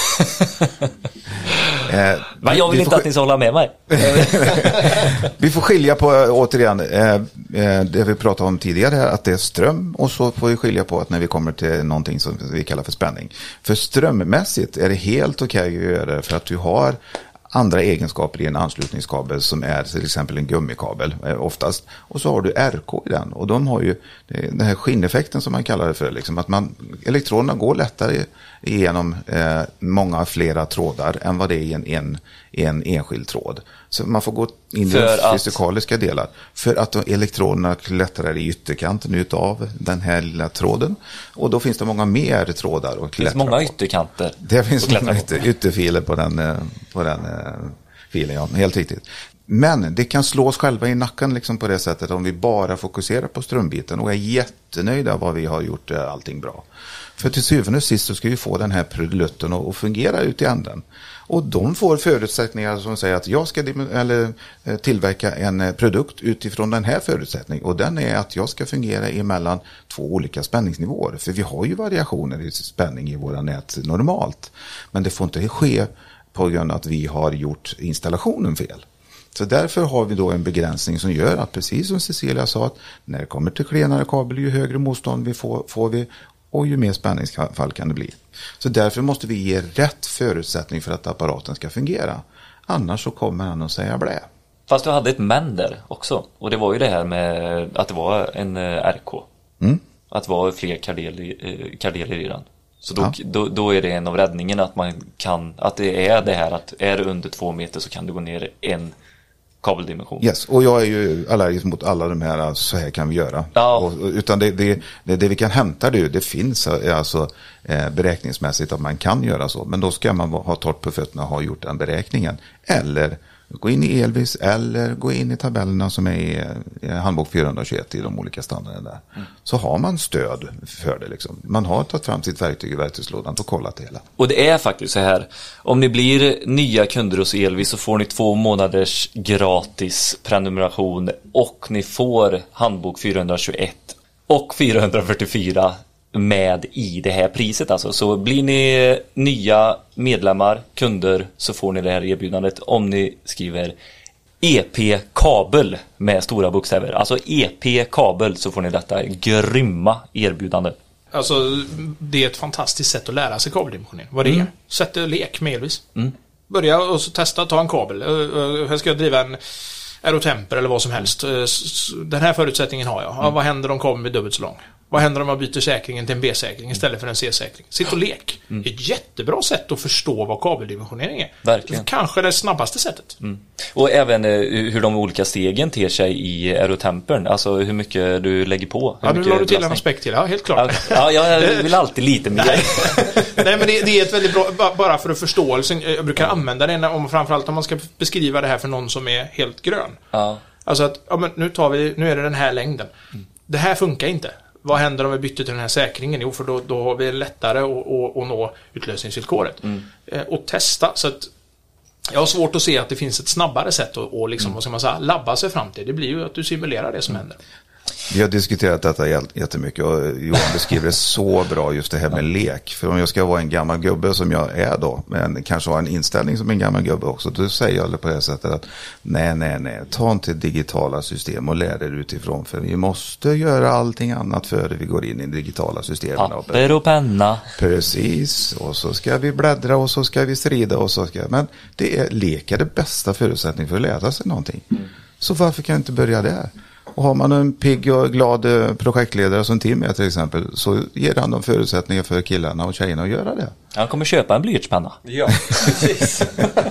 eh, Men jag vill vi inte får att ni ska hålla med mig. Vi får skilja på, återigen, eh, eh, det vi pratade om tidigare här, att det är ström, och så får vi skilja på att när vi kommer till någonting som vi kallar för spänning. För strömmässigt är det helt okej att göra det, för att du har andra egenskaper i en anslutningskabel som är till exempel en gummikabel eh, oftast. Och så har du R K i den, och de har ju eh, den här skinneffekten som man kallar det för, liksom, att man, elektronerna går lättare igenom eh, många flera trådar än vad det är i en, en, en enskild tråd. Så man får gå in i För de att- fysikaliska delar. För att de elektronerna klättrar i ytterkanten utav den här lilla tråden. Och då finns det många mer trådar att Det finns klättra många på. ytterkanter. Det finns att klättra många på. ytter, ytterfiler på den, eh, på den eh, filen, ja. Helt riktigt. Men det kan slå oss själva i nacken liksom på det sättet om vi bara fokuserar på strömbiten och är jättenöjda vad vi har gjort allting bra. För till syvende och sist så ska vi få den här produkten att fungera ut i änden. Och de får förutsättningar som säger att jag ska eller, tillverka en produkt utifrån den här förutsättningen. Och den är att jag ska fungera emellan två olika spänningsnivåer. För vi har ju variationer i spänning i våra nät normalt. Men det får inte ske på grund av att vi har gjort installationen fel. Så därför har vi då en begränsning som gör att, precis som Cecilia sa, att när det kommer till klenare kabel, ju högre motstånd vi får, får vi och ju mer spänningsfall kan det bli. Så därför måste vi ge rätt förutsättning för att apparaten ska fungera. Annars så kommer han att säga blä. Fast du hade ett men där också. Och det var ju det här med att det var en R K. Mm. Att det var fler kardeler, kardeler i den. Så då, ja. då, då är det en av räddningen att man kan, att det är det här att är det under två meter så kan du gå ner en kabeldimension. Yes, och jag är ju allergisk mot alla de här, så här kan vi göra. Ja. Och, utan det, det, det, det vi kan hämta det, det finns alltså eh, beräkningsmässigt att man kan göra så. Men då ska man ha torrt på fötterna och ha gjort den beräkningen. Eller gå in i Elvis eller gå in i tabellerna som är i, i handbok fyrahundratjugoett i de olika standarderna där. Mm. Så har man stöd för det liksom. Man har tagit fram sitt verktyg i verktygslådan och kollat det hela. Och det är faktiskt så här. Om ni blir nya kunder hos Elvis så får ni två månaders gratis prenumeration och ni får handbok fyrahundratjugoett och fyrahundrafyrtiofyra med i det här priset alltså. Så blir ni nya medlemmar, kunder, så får ni det här erbjudandet om ni skriver E P-kabel med stora bokstäver. Alltså E P-kabel, så får ni detta grymma erbjudande. Alltså det är ett fantastiskt sätt att lära sig kabeldimensionering. Vad det mm. är. Sätt och lek med Elvis. Mm. Börja och så testa, ta en kabel. Här ska jag driva en Aerotemper eller vad som helst. Den här förutsättningen har jag. Ja, vad händer om kabeln blir dubbelt så lång? Vad händer om man byter säkringen till en B-säkring istället för en C-säkring? Sitt och lek. Mm. Det är ett jättebra sätt att förstå vad kabeldimensionering är. Verkligen. Kanske det snabbaste sättet. Mm. Och även eh, hur de olika stegen ter sig i Aerotempern. Alltså hur mycket du lägger på. Ja, nu la du till en aspekt till. Ja, helt klart. Ja, jag vill alltid lite mer. Nej, Nej men det, det är ett väldigt bra, bara för att förståelsen. Jag brukar använda det om, framförallt om man ska beskriva det här för någon som är helt grön. Ja. Alltså att, ja, men nu, tar vi, nu är det den här längden. Mm. Det här funkar inte. Vad händer om vi byter till den här säkringen? Jo, för då, då har vi lättare att, att, att nå utlösningsvillkoret. Mm. Eh, och testa. Så att jag har svårt att se att det finns ett snabbare sätt att och liksom, mm. vad ska man säga, labba sig fram till. Det blir ju att du simulerar det som mm. händer. Vi har diskuterat detta jättemycket och Johan beskriver det så bra, just det här med lek. För om jag ska vara en gammal gubbe som jag är då, men kanske ha en inställning som en gammal gubbe också, då säger jag på det sättet att nej, nej, nej, ta inte digitala system och lär er utifrån, för vi måste göra allting annat före vi går in i digitala systemen. Papper och penna. Precis, och så ska vi bläddra och så ska vi strida och så ska, men det är lek är det bästa förutsättning för att lära sig någonting. Mm. Så varför kan jag inte börja där? Och har man en pigg och glad projektledare som Tim är till exempel, så ger han de förutsättningar för killarna och tjejerna att göra det. Han kommer köpa en blyertspenna. Ja, precis.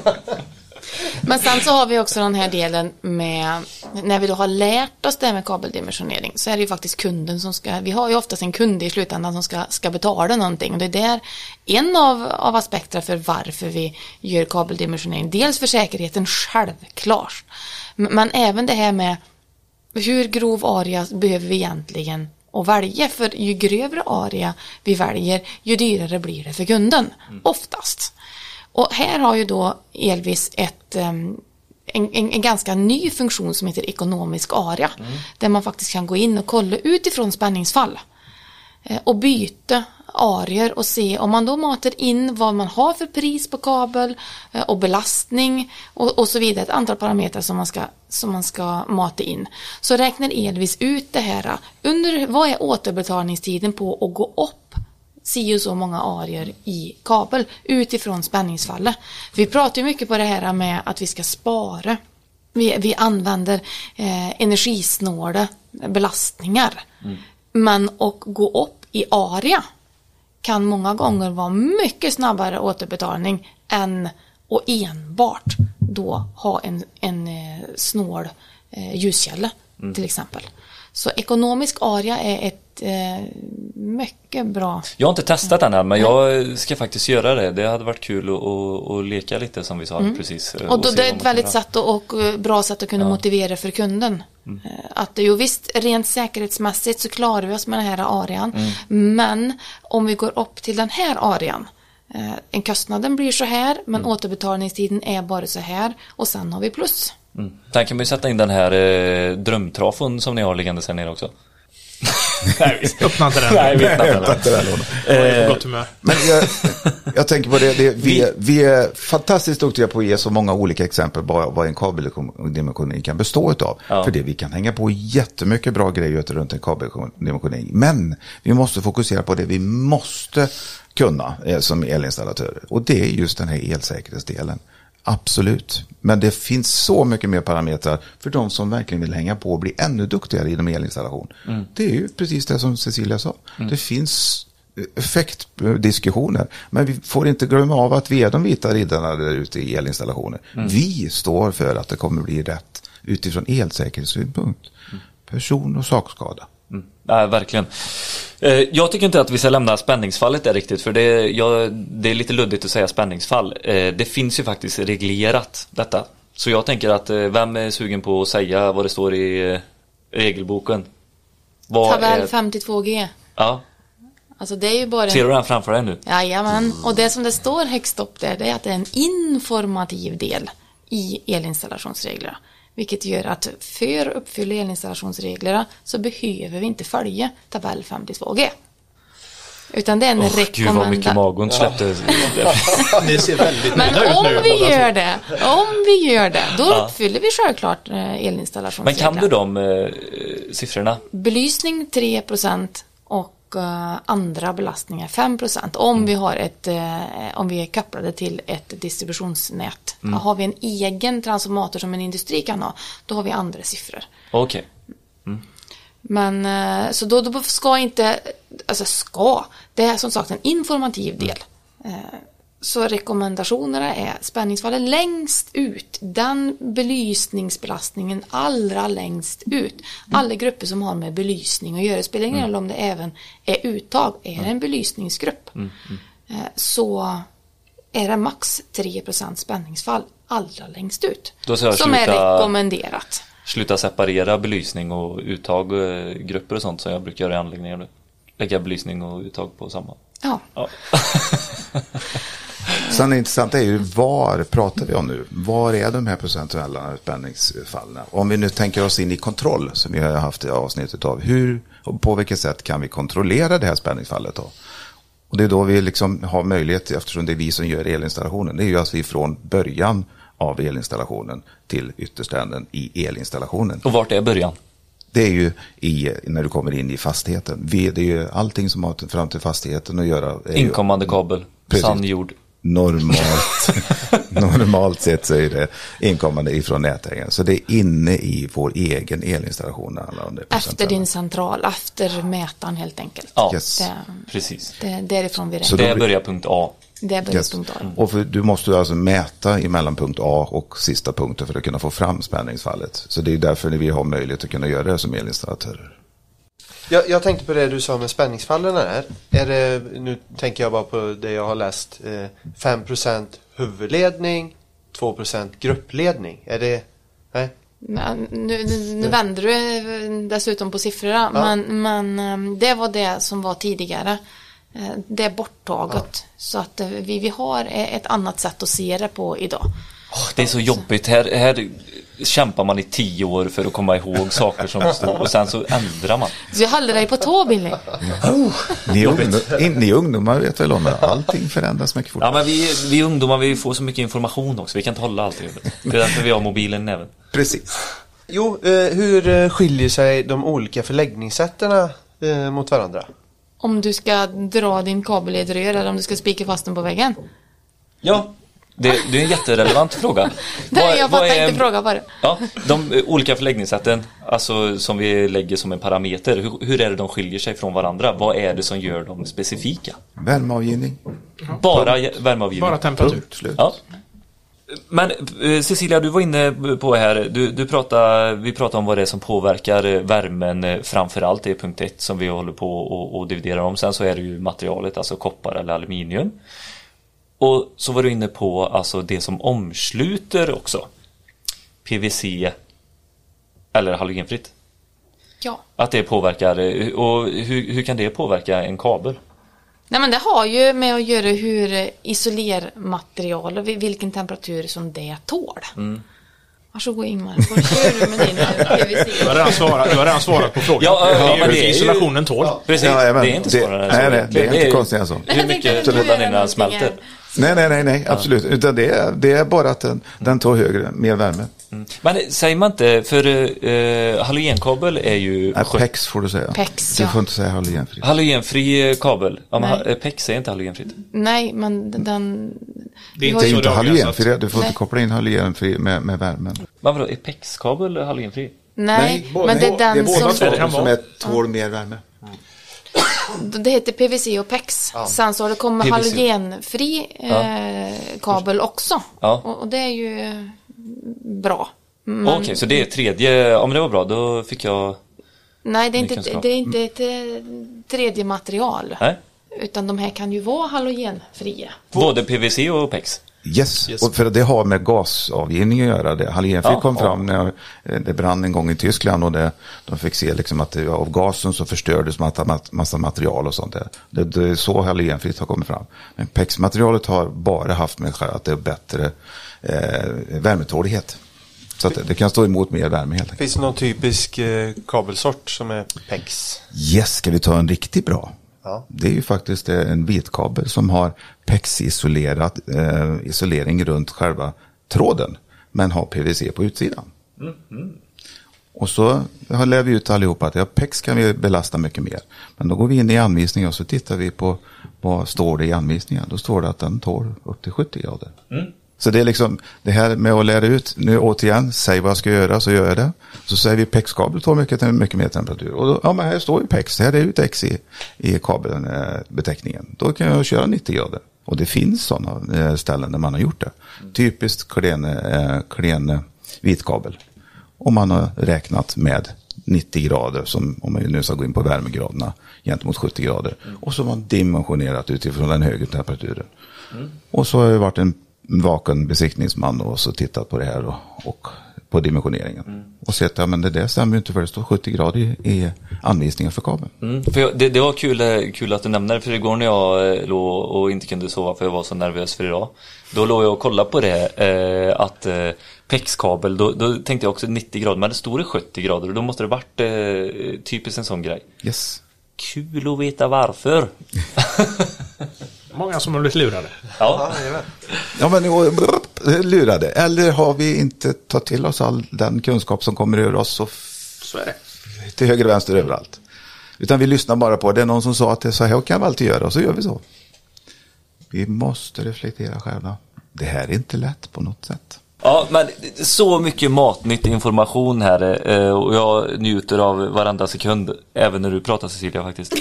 Men sen så har vi också den här delen med, när vi då har lärt oss det med kabeldimensionering, så är det ju faktiskt kunden som ska, vi har ju oftast en kund i slutändan som ska, ska betala någonting, och det är där en av, av aspekterna för varför vi gör kabeldimensionering. Dels för säkerheten, självklart, men även det här med hur grov area behöver vi egentligen att välja, för ju grövre area vi väljer, ju dyrare blir det för kunden, mm. oftast. Och här har ju då Elvis ett, en, en, en ganska ny funktion som heter ekonomisk area, mm. där man faktiskt kan gå in och kolla utifrån spänningsfall och byta arier och se om man då matar in vad man har för pris på kabel och belastning och, och så vidare, ett antal parametrar som man ska, som man ska mata in. Så räknar Elvis ut det här under vad är återbetalningstiden på att gå upp si och så många arier i kabel utifrån spänningsfallet. Vi pratar ju mycket på det här med att vi ska spara. Vi, vi använder eh, energisnåla belastningar. Mm. Men att gå upp i area kan många gånger vara mycket snabbare återbetalning än att enbart då ha en, en snål eh, ljuskälla mm. till exempel. Så ekonomisk area är ett, eh, mycket bra. Jag har inte testat den här, men jag ska faktiskt göra det. Det hade varit kul att, att, att leka lite som vi sa mm. precis. Och, och då, det är ett väldigt sätt och, och bra sätt att kunna ja. motivera för kunden. Mm. Att jo visst, rent säkerhetsmässigt så klarar vi oss med den här arean. Mm. Men om vi går upp till den här arean, eh, en kostnaden blir så här, men mm. återbetalningstiden är bara så här. Och sen har vi plus. Mm. Sen kan vi sätta in den här eh, drömtrafon som ni har liggande sen nere också. Nej, vi öppnar inte den. Nej, vi öppnar inte den. Eh, gott humör. Men jag, jag tänker på det, det vi, är, vi är fantastiskt duktiga på att ge så många olika exempel på vad en kabeldimensionering kan bestå av. Ja. För det vi kan hänga på jättemycket bra grejer runt en kabeldimensionering. Men vi måste fokusera på det vi måste kunna eh, som elinstallatörer. Och det är just den här elsäkerhetsdelen. Absolut. Men det finns så mycket mer parametrar för de som verkligen vill hänga på och bli ännu duktigare inom elinstallation. Mm. Det är ju precis det som Cecilia sa. Mm. Det finns effektdiskussioner. Men vi får inte glömma av att vi är de vita riddarna där ute i elinstallationer. Mm. Vi står för att det kommer bli rätt utifrån elsäkerhetssynpunkt. Mm. Person- och sakskada. Mm. Ja, verkligen. Jag tycker inte att vi ska lämna spänningsfallet där riktigt, för det, jag, det är lite luddigt att säga spänningsfall. Det finns ju faktiskt reglerat detta. Så jag tänker att vem är sugen på att säga vad det står i regelboken? Vad Tabell är... femtiotvå G. Ja. Alltså det är ju bara... Ser du den framför dig nu? Jajamän. Och det som det står högst upp där, det är att det är en informativ del i elinstallationsreglerna. Vilket gör att för att uppfylla elinstallationsreglerna så behöver vi inte följa tabell femtiotvå G. Utan det är en oh, rekommendation. Gud vad mycket magen släppte. Ja. Det ser väldigt Men om nu, vi gör det, om vi gör det, då ja. uppfyller vi självklart elinstallationsreglerna. Men kan du de eh, siffrorna? Belysning tre procent och uh, andra belastningar fem procent. Om mm. vi har ett uh, om vi är kopplade till ett distributionsnät. Mm. Har vi en egen transformator som en industri kan ha, då har vi andra siffror. Okej. Okay. Mm. Men uh, så då, då ska inte, alltså ska, det är som sagt en informativ del. Mm. Uh, så rekommendationerna är spänningsfallet längst ut, den belysningsbelastningen allra längst ut. Alla grupper som har med belysning att göra, spelar ingen roll om det även är uttag, är det en belysningsgrupp. Mm. Mm. Så är det max tre procent spänningsfall allra längst ut. Då som sluta, är rekommenderat. Sluta separera belysning och uttag, grupper och sånt som jag brukar göra i anläggningar nu. Lägga belysning och uttag på samma. Ja. ja. Sen det intressanta är ju, var pratar vi om nu? Var är de här procentuella spänningsfallen? Om vi nu tänker oss in i kontroll, som vi har haft i avsnittet av, hur och på vilket sätt kan vi kontrollera det här spänningsfallet då? Och det är då vi liksom har möjlighet, eftersom det är vi som gör elinstallationen, det är ju att vi från början av elinstallationen till ytterständen i elinstallationen. Och vart är början? Det är ju i, när du kommer in i fastigheten. Vi, det är ju allting som har fram till fastigheten att göra. Inkommande kabel, sandjord. Normalt, normalt sett så är det inkommande ifrån nätägaren. Så det är inne i vår egen elinstallation. Efter din central, efter mätaren helt enkelt. Ja, yes. det, precis. Det är därifrån vi räknar. Det börjar punkt A. Det börjar yes. punkt A. Mm. Och för, du måste alltså mäta emellan punkt A och sista punkten för att kunna få fram spänningsfallet. Så det är därför vi har möjlighet att kunna göra det som elinstallatörer. Jag, jag tänkte på det du sa med spänningsfallen här. Är det, nu tänker jag bara på det jag har läst. Eh, fem procent huvudledning, två procent gruppledning. Är det... Nej? Men, nu, nu vänder du dessutom på siffrorna. Ja. Men, men det var det som var tidigare. Det är borttaget. Ja. Så att vi, vi har ett annat sätt att se det på idag. Oh, det är så jobbigt. Här, här kämpar man i tio år för att komma ihåg saker som står och sen så ändrar man. Så jag håller dig på tå, Billy. Oh, ni, ungdom, ni ungdomar vet väl om att allting förändras mycket fort. Ja, men vi, vi ungdomar vi får så mycket information också. Vi kan inte hålla allt i huvudet. Det är därför vi har mobilen även. Precis. Jo, eh, hur skiljer sig de olika förläggningssätterna eh, mot varandra? Om du ska dra din kabel i ett rör eller om du ska spika fast den på väggen? Ja, det, det är en jätterelevant fråga. Nej, vad, jag vad är, inte fråga bara. Ja, de olika förläggningssätten, alltså som vi lägger som en parameter, hur, hur är det de skiljer sig från varandra? Vad är det som gör dem specifika? Värmeavgivning. Bara värmeavgivning. Bara temperatur. Slut. Ja. Men Cecilia, du var inne på här, du, du pratar, vi pratar om vad det är som påverkar värmen framförallt, det är punkt ett som vi håller på och, och dividerar om. Sen så är det ju materialet, alltså koppar eller aluminium. Och så var du inne på alltså det som omsluter också, P V C eller halogenfritt. Ja. Att det påverkar, och hur, hur kan det påverka en kabel? Nej, men det har ju med att göra hur isolermaterial och vilken temperatur som det tål. Mm. Varsågod Ingmar, får du köra med din P V C. Du har redan svarat, du har redan svarat på frågan. Ja, ja, ja, det är ju isolationen tål. Ja, precis, Ja, ja, men det är inte det, svårare nej, nej, det är det inte är, konstigt än så. hur mycket trådar den smälter? Nej, nej, nej, nej, absolut. Utan det är, det är bara att den, den tar högre, mer värme. Mm. Men säger man inte, för uh, halogenkabel är ju... Nej, PEX får du säga. PEX, du ja. får inte säga halogenfri. Halogenfri kabel. Ja, men Nej. PEX är inte halogenfritt. Nej, men den... Det är vi har Det är Så inte det är halogenfri, du får Nej. inte koppla in halogenfri med, med värmen. Men vadå, är PEX-kabel halogenfri? Nej, Nej, men det är den det är båda som... två. kan som vara. är, tål mer värme. Det heter P V C och PEX. Sen så har det kommit P V C. halogenfri eh, kabel också. Ja. Och, och det är ju bra. Men, Okej, så det är tredje... Ja, men det var bra. Då fick jag... nej, det är, Ny inte, kunskap. det är inte ett eh, tredje material. Nej. Utan de här kan ju vara halogenfria. Både P V C och PEX. Yes, Yes. och för det har med gasavgivning att göra. Det. Halogenfri Ja, kom ja. fram när det brann en gång i Tyskland och det, de fick se liksom att det, av gasen så förstördes massa, massa material och sånt där. Det, det är så halogenfritt har kommit fram. Men PEX-materialet har bara haft med att det är bättre eh, värmetålighet. Så att det, det kan stå emot mer värme helt enkelt. Finns det någon typisk eh, kabelsort som är PEX? Yes, ska vi ta en riktigt bra? Ja. Det är ju faktiskt en vitkabel som har PEX-isolerat eh, isolering runt själva tråden, men har P V C på utsidan. Mm. Och så har lär vi ut allihopa att ja, PEX kan vi belasta mycket mer. Men då går vi in i anvisningen och så tittar vi på vad står det i anvisningen. Då står det att den tål upp till sjuttio grader. Mm. Så det är liksom det här med att lära ut, nu återigen, säg vad jag ska göra så gör jag det. Så säger vi PEX-kabel tar mycket, mycket mer temperatur. Och då, ja men här står ju PEX, det här är ju ett X i, i kabeln, eh, beteckningen. Då kan jag köra nittio grader. Och det finns sådana eh, ställen där man har gjort det. Mm. Typiskt klen, eh, klen vitkabel. Och man har räknat med nittio grader, som om man nu ska gå in på värmegraderna gentemot sjuttio grader. Mm. Och så har man dimensionerat utifrån den högre temperaturen. Mm. Och så har det varit en vaken besiktningsman och så tittat på det här och, och på dimensioneringen. Mm. Och sett att ja, men det där stämmer ju inte för det står sjuttio grader i, i anvisningen för kabeln. Mm. För jag, det, det var kul, kul att du nämnde det, för igår när jag eh, låg och inte kunde sova för jag var så nervös för idag. Då låg jag och kollade på det, eh, att eh, PEX-kabel, då, då tänkte jag också nittio grader, men det stod i sjuttio grader och då måste det varit eh, typiskt en sån grej. Yes. Kul att veta varför. Många som har blivit lurade. Ja. Ja, men lurade. Eller har vi inte tagit till oss all den kunskap som kommer över oss så, Så är det. till höger och vänster överallt. Utan vi lyssnar bara på det. Någon som sa att det är så här kan vi alltid göra och så gör vi så. Vi måste reflektera själva. Det här är inte lätt på något sätt. Ja, men så mycket matnytt information här eh, och jag njuter av varenda sekund, även när du pratar Cecilia faktiskt.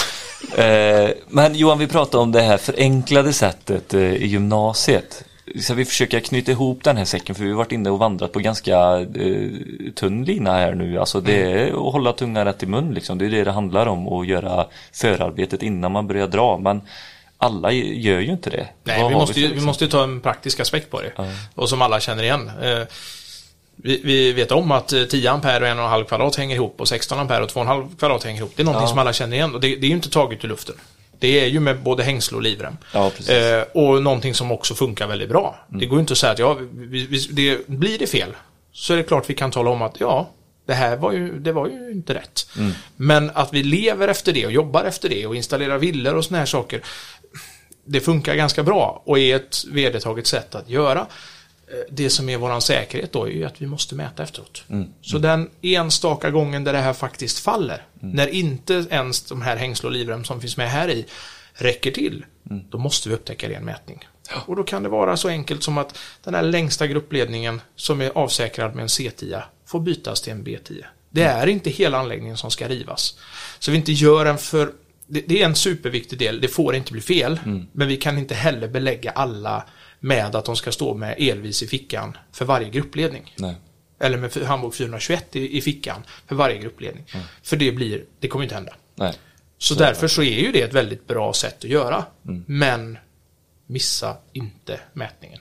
eh, men Johan, vi pratar om det här förenklade sättet eh, i gymnasiet. Så vi försöker knyta ihop den här säcken, för vi har varit inne och vandrat på ganska eh, tunn lina här nu. Alltså det är att hålla tungan rätt i mun liksom. Det är det det handlar om, att göra förarbetet innan man börjar dra. Men alla gör ju inte det. Nej, vi måste, vi, ju, vi måste ju ta en praktisk aspekt på det. Ja. Och som alla känner igen. Eh, vi, vi vet om att tio ampere och en och en halv kvadrat hänger ihop och sexton ampere och två och en halv kvadrat hänger ihop. Det är någonting ja. som alla känner igen. Och det, det är ju inte taget ur luften. Det är ju med både hängsel och livrem. Ja, eh, och någonting som också funkar väldigt bra. Mm. Det går ju inte att säga att ja, vi, vi, det, blir det fel så är det klart vi kan tala om att ja, det här var ju, det var ju inte rätt. Mm. Men att vi lever efter det och jobbar efter det och installerar villor och såna här saker, det funkar ganska bra och är ett vedertaget sätt att göra. Det som är våran säkerhet då är ju att vi måste mäta efteråt. Mm. Så den enstaka gången där det här faktiskt faller, mm. när inte ens de här hängsel och livrem som finns med här i räcker till, mm. då måste vi upptäcka det i en mätning. Ja. Och då kan det vara så enkelt som att den här längsta gruppledningen som är avsäkrad med en C tio får bytas till en B tio. Det är inte hela anläggningen som ska rivas. Så vi inte gör en för... Det, det är en superviktig del, det får inte bli fel, mm. men vi kan inte heller belägga alla med att de ska stå med elvis i fickan för varje gruppledning. Nej. Eller med handbok fyrahundratjugoett i, i fickan för varje gruppledning. Mm. För det blir, det kommer inte hända. Nej. Så, så därför så är ju det ett väldigt bra sätt att göra. Mm. Men missa inte mätningen.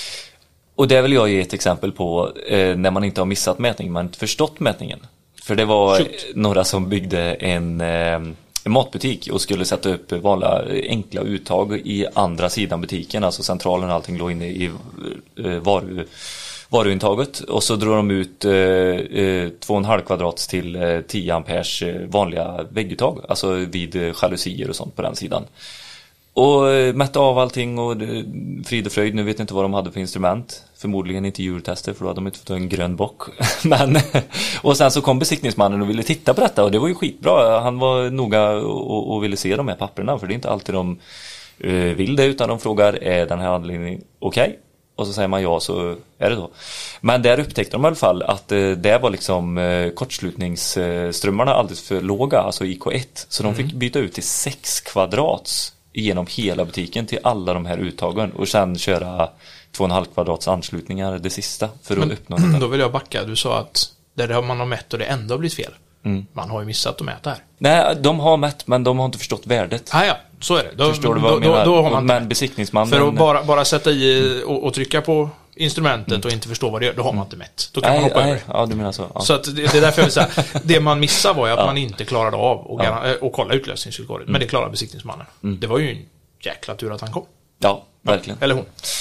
Och det vill jag ge ett exempel på eh, när man inte har missat mätningen, man inte förstått mätningen. För det var Shoot. några som byggde en, eh, en matbutik och skulle sätta upp vanliga enkla uttag i andra sidan butiken, alltså centralen och allting låg inne i eh, varu, varuintaget. Och så drog de ut eh, eh, två komma fem kvadrats till eh, tio amperes eh, vanliga vägguttag, alltså vid eh, jalusier och sånt på den sidan. Och mätte av allting och frid och fröjd. Nu vet jag inte vad de hade för instrument. Förmodligen inte djurtester, för då hade de inte fått en grön bock. Men, och sen så kom besiktningsmannen och ville titta på detta. Och det var ju skitbra. Han var noga och, och ville se de här papperna. För det är inte alltid de uh, vill det, utan de frågar, är den här anledningen okej? Okay? Och så säger man ja, så är det då. Men där upptäckte de i alla fall att uh, det var liksom uh, kortslutningsströmmarna alldeles för låga, alltså I K ett. Så de fick byta ut till sex kvadrats genom hela butiken till alla de här uttagen och sen köra två komma fem kvadrats anslutningar det sista för att Men, uppnå detta. Då vill jag backa. Du sa att där man har mätt och det ändå har blivit fel. Mm. Man har ju missat att mäta här. Nej, de har mätt, men de har inte förstått värdet. Ah, ja, så är det. Då, Förstår du vad jag då, menar? Då, då har man men besiktningsmannen... För att bara, bara sätta i och, och trycka på instrumentet mm. och inte förstå vad det gör, då har man inte mätt. Då kan nej, man hoppa nej, över. Ja, du menar så. Ja. Så att det, det är därför jag vill säga, det man missar var ju att ja. man inte klarade av och, ja. och kolla utlösningsvillkoret. Mm. Men det klarade besiktningsmannen. Mm. Det var ju en jäkla tur att han kom. Ja, verkligen. Ja, eller hon.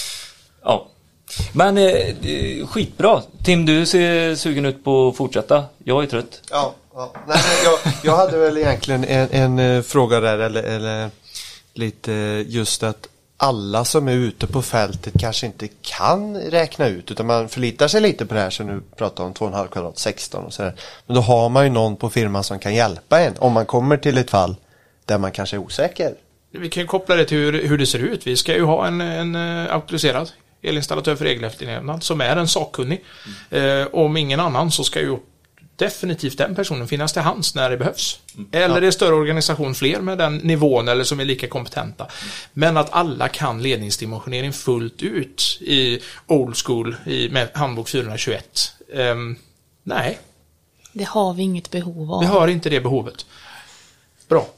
Ja. Men eh, skitbra. Tim, du ser sugen ut på att fortsätta. Jag är trött. Ja, ja. Nej, jag, jag hade väl egentligen en, en, en fråga där, eller, eller lite just att alla som är ute på fältet kanske inte kan räkna ut, utan man förlitar sig lite på det här som nu pratar om två komma fem kvadrat, sexton och sådär. Men då har man ju någon på firman som kan hjälpa en om man kommer till ett fall där man kanske är osäker. Vi kan ju koppla det till hur, hur det ser ut. Vi ska ju ha en, en uh, auktoriserad elinstallatör för regelefterlevnad som är en sakkunnig. Mm. Uh, om ingen annan så ska ju definitivt den personen finnas till hands när det behövs. Mm. Eller ja. det är större organisation, fler med den nivån eller som är lika kompetenta. Mm. Men att alla kan ledningsdimensionering fullt ut i old school i, med handbok fyrahundratjugoett. Um, nej. Det har vi inget behov av. Vi har inte det behovet. Bra.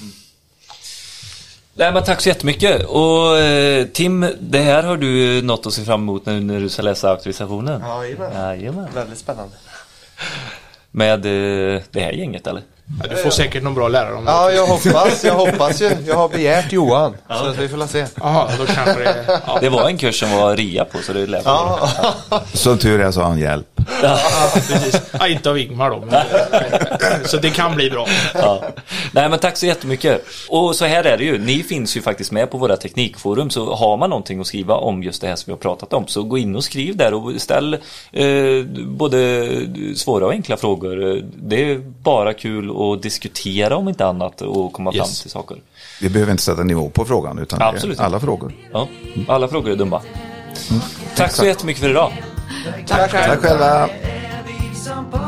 Nej, men tack så jättemycket. Och eh, Tim, det här har du något att se fram emot nu när du ska läsa auktorisationen. Ja, jajamän. Väldigt spännande. Med eh, det här gänget, eller? Ja, du får säkert någon bra lärare om det. Ja, jag hoppas, jag hoppas ju. Jag har begärt Johan, ja. Så att vi får se. Jaha, då kanske det... Ja. Det var en kurs som var ria på, så det lät ja. Som tur är så har han hjälp. Ja, precis. Ja, inte av Ingmar då. Men, så det kan bli bra. Ja. Nej, men tack så jättemycket. Och så här är det ju. Ni finns ju faktiskt med på våra teknikforum, så har man någonting att skriva om just det här som vi har pratat om, så gå in och skriv där och ställ eh, både svåra och enkla frågor. Det är bara kul att diskutera om inte annat och komma yes. fram till saker. Vi behöver inte sätta nivå på frågan, utan absolut alla frågor. Ja, alla frågor är dumma. Mm. Tack så jättemycket för idag. Tack, Tack själva.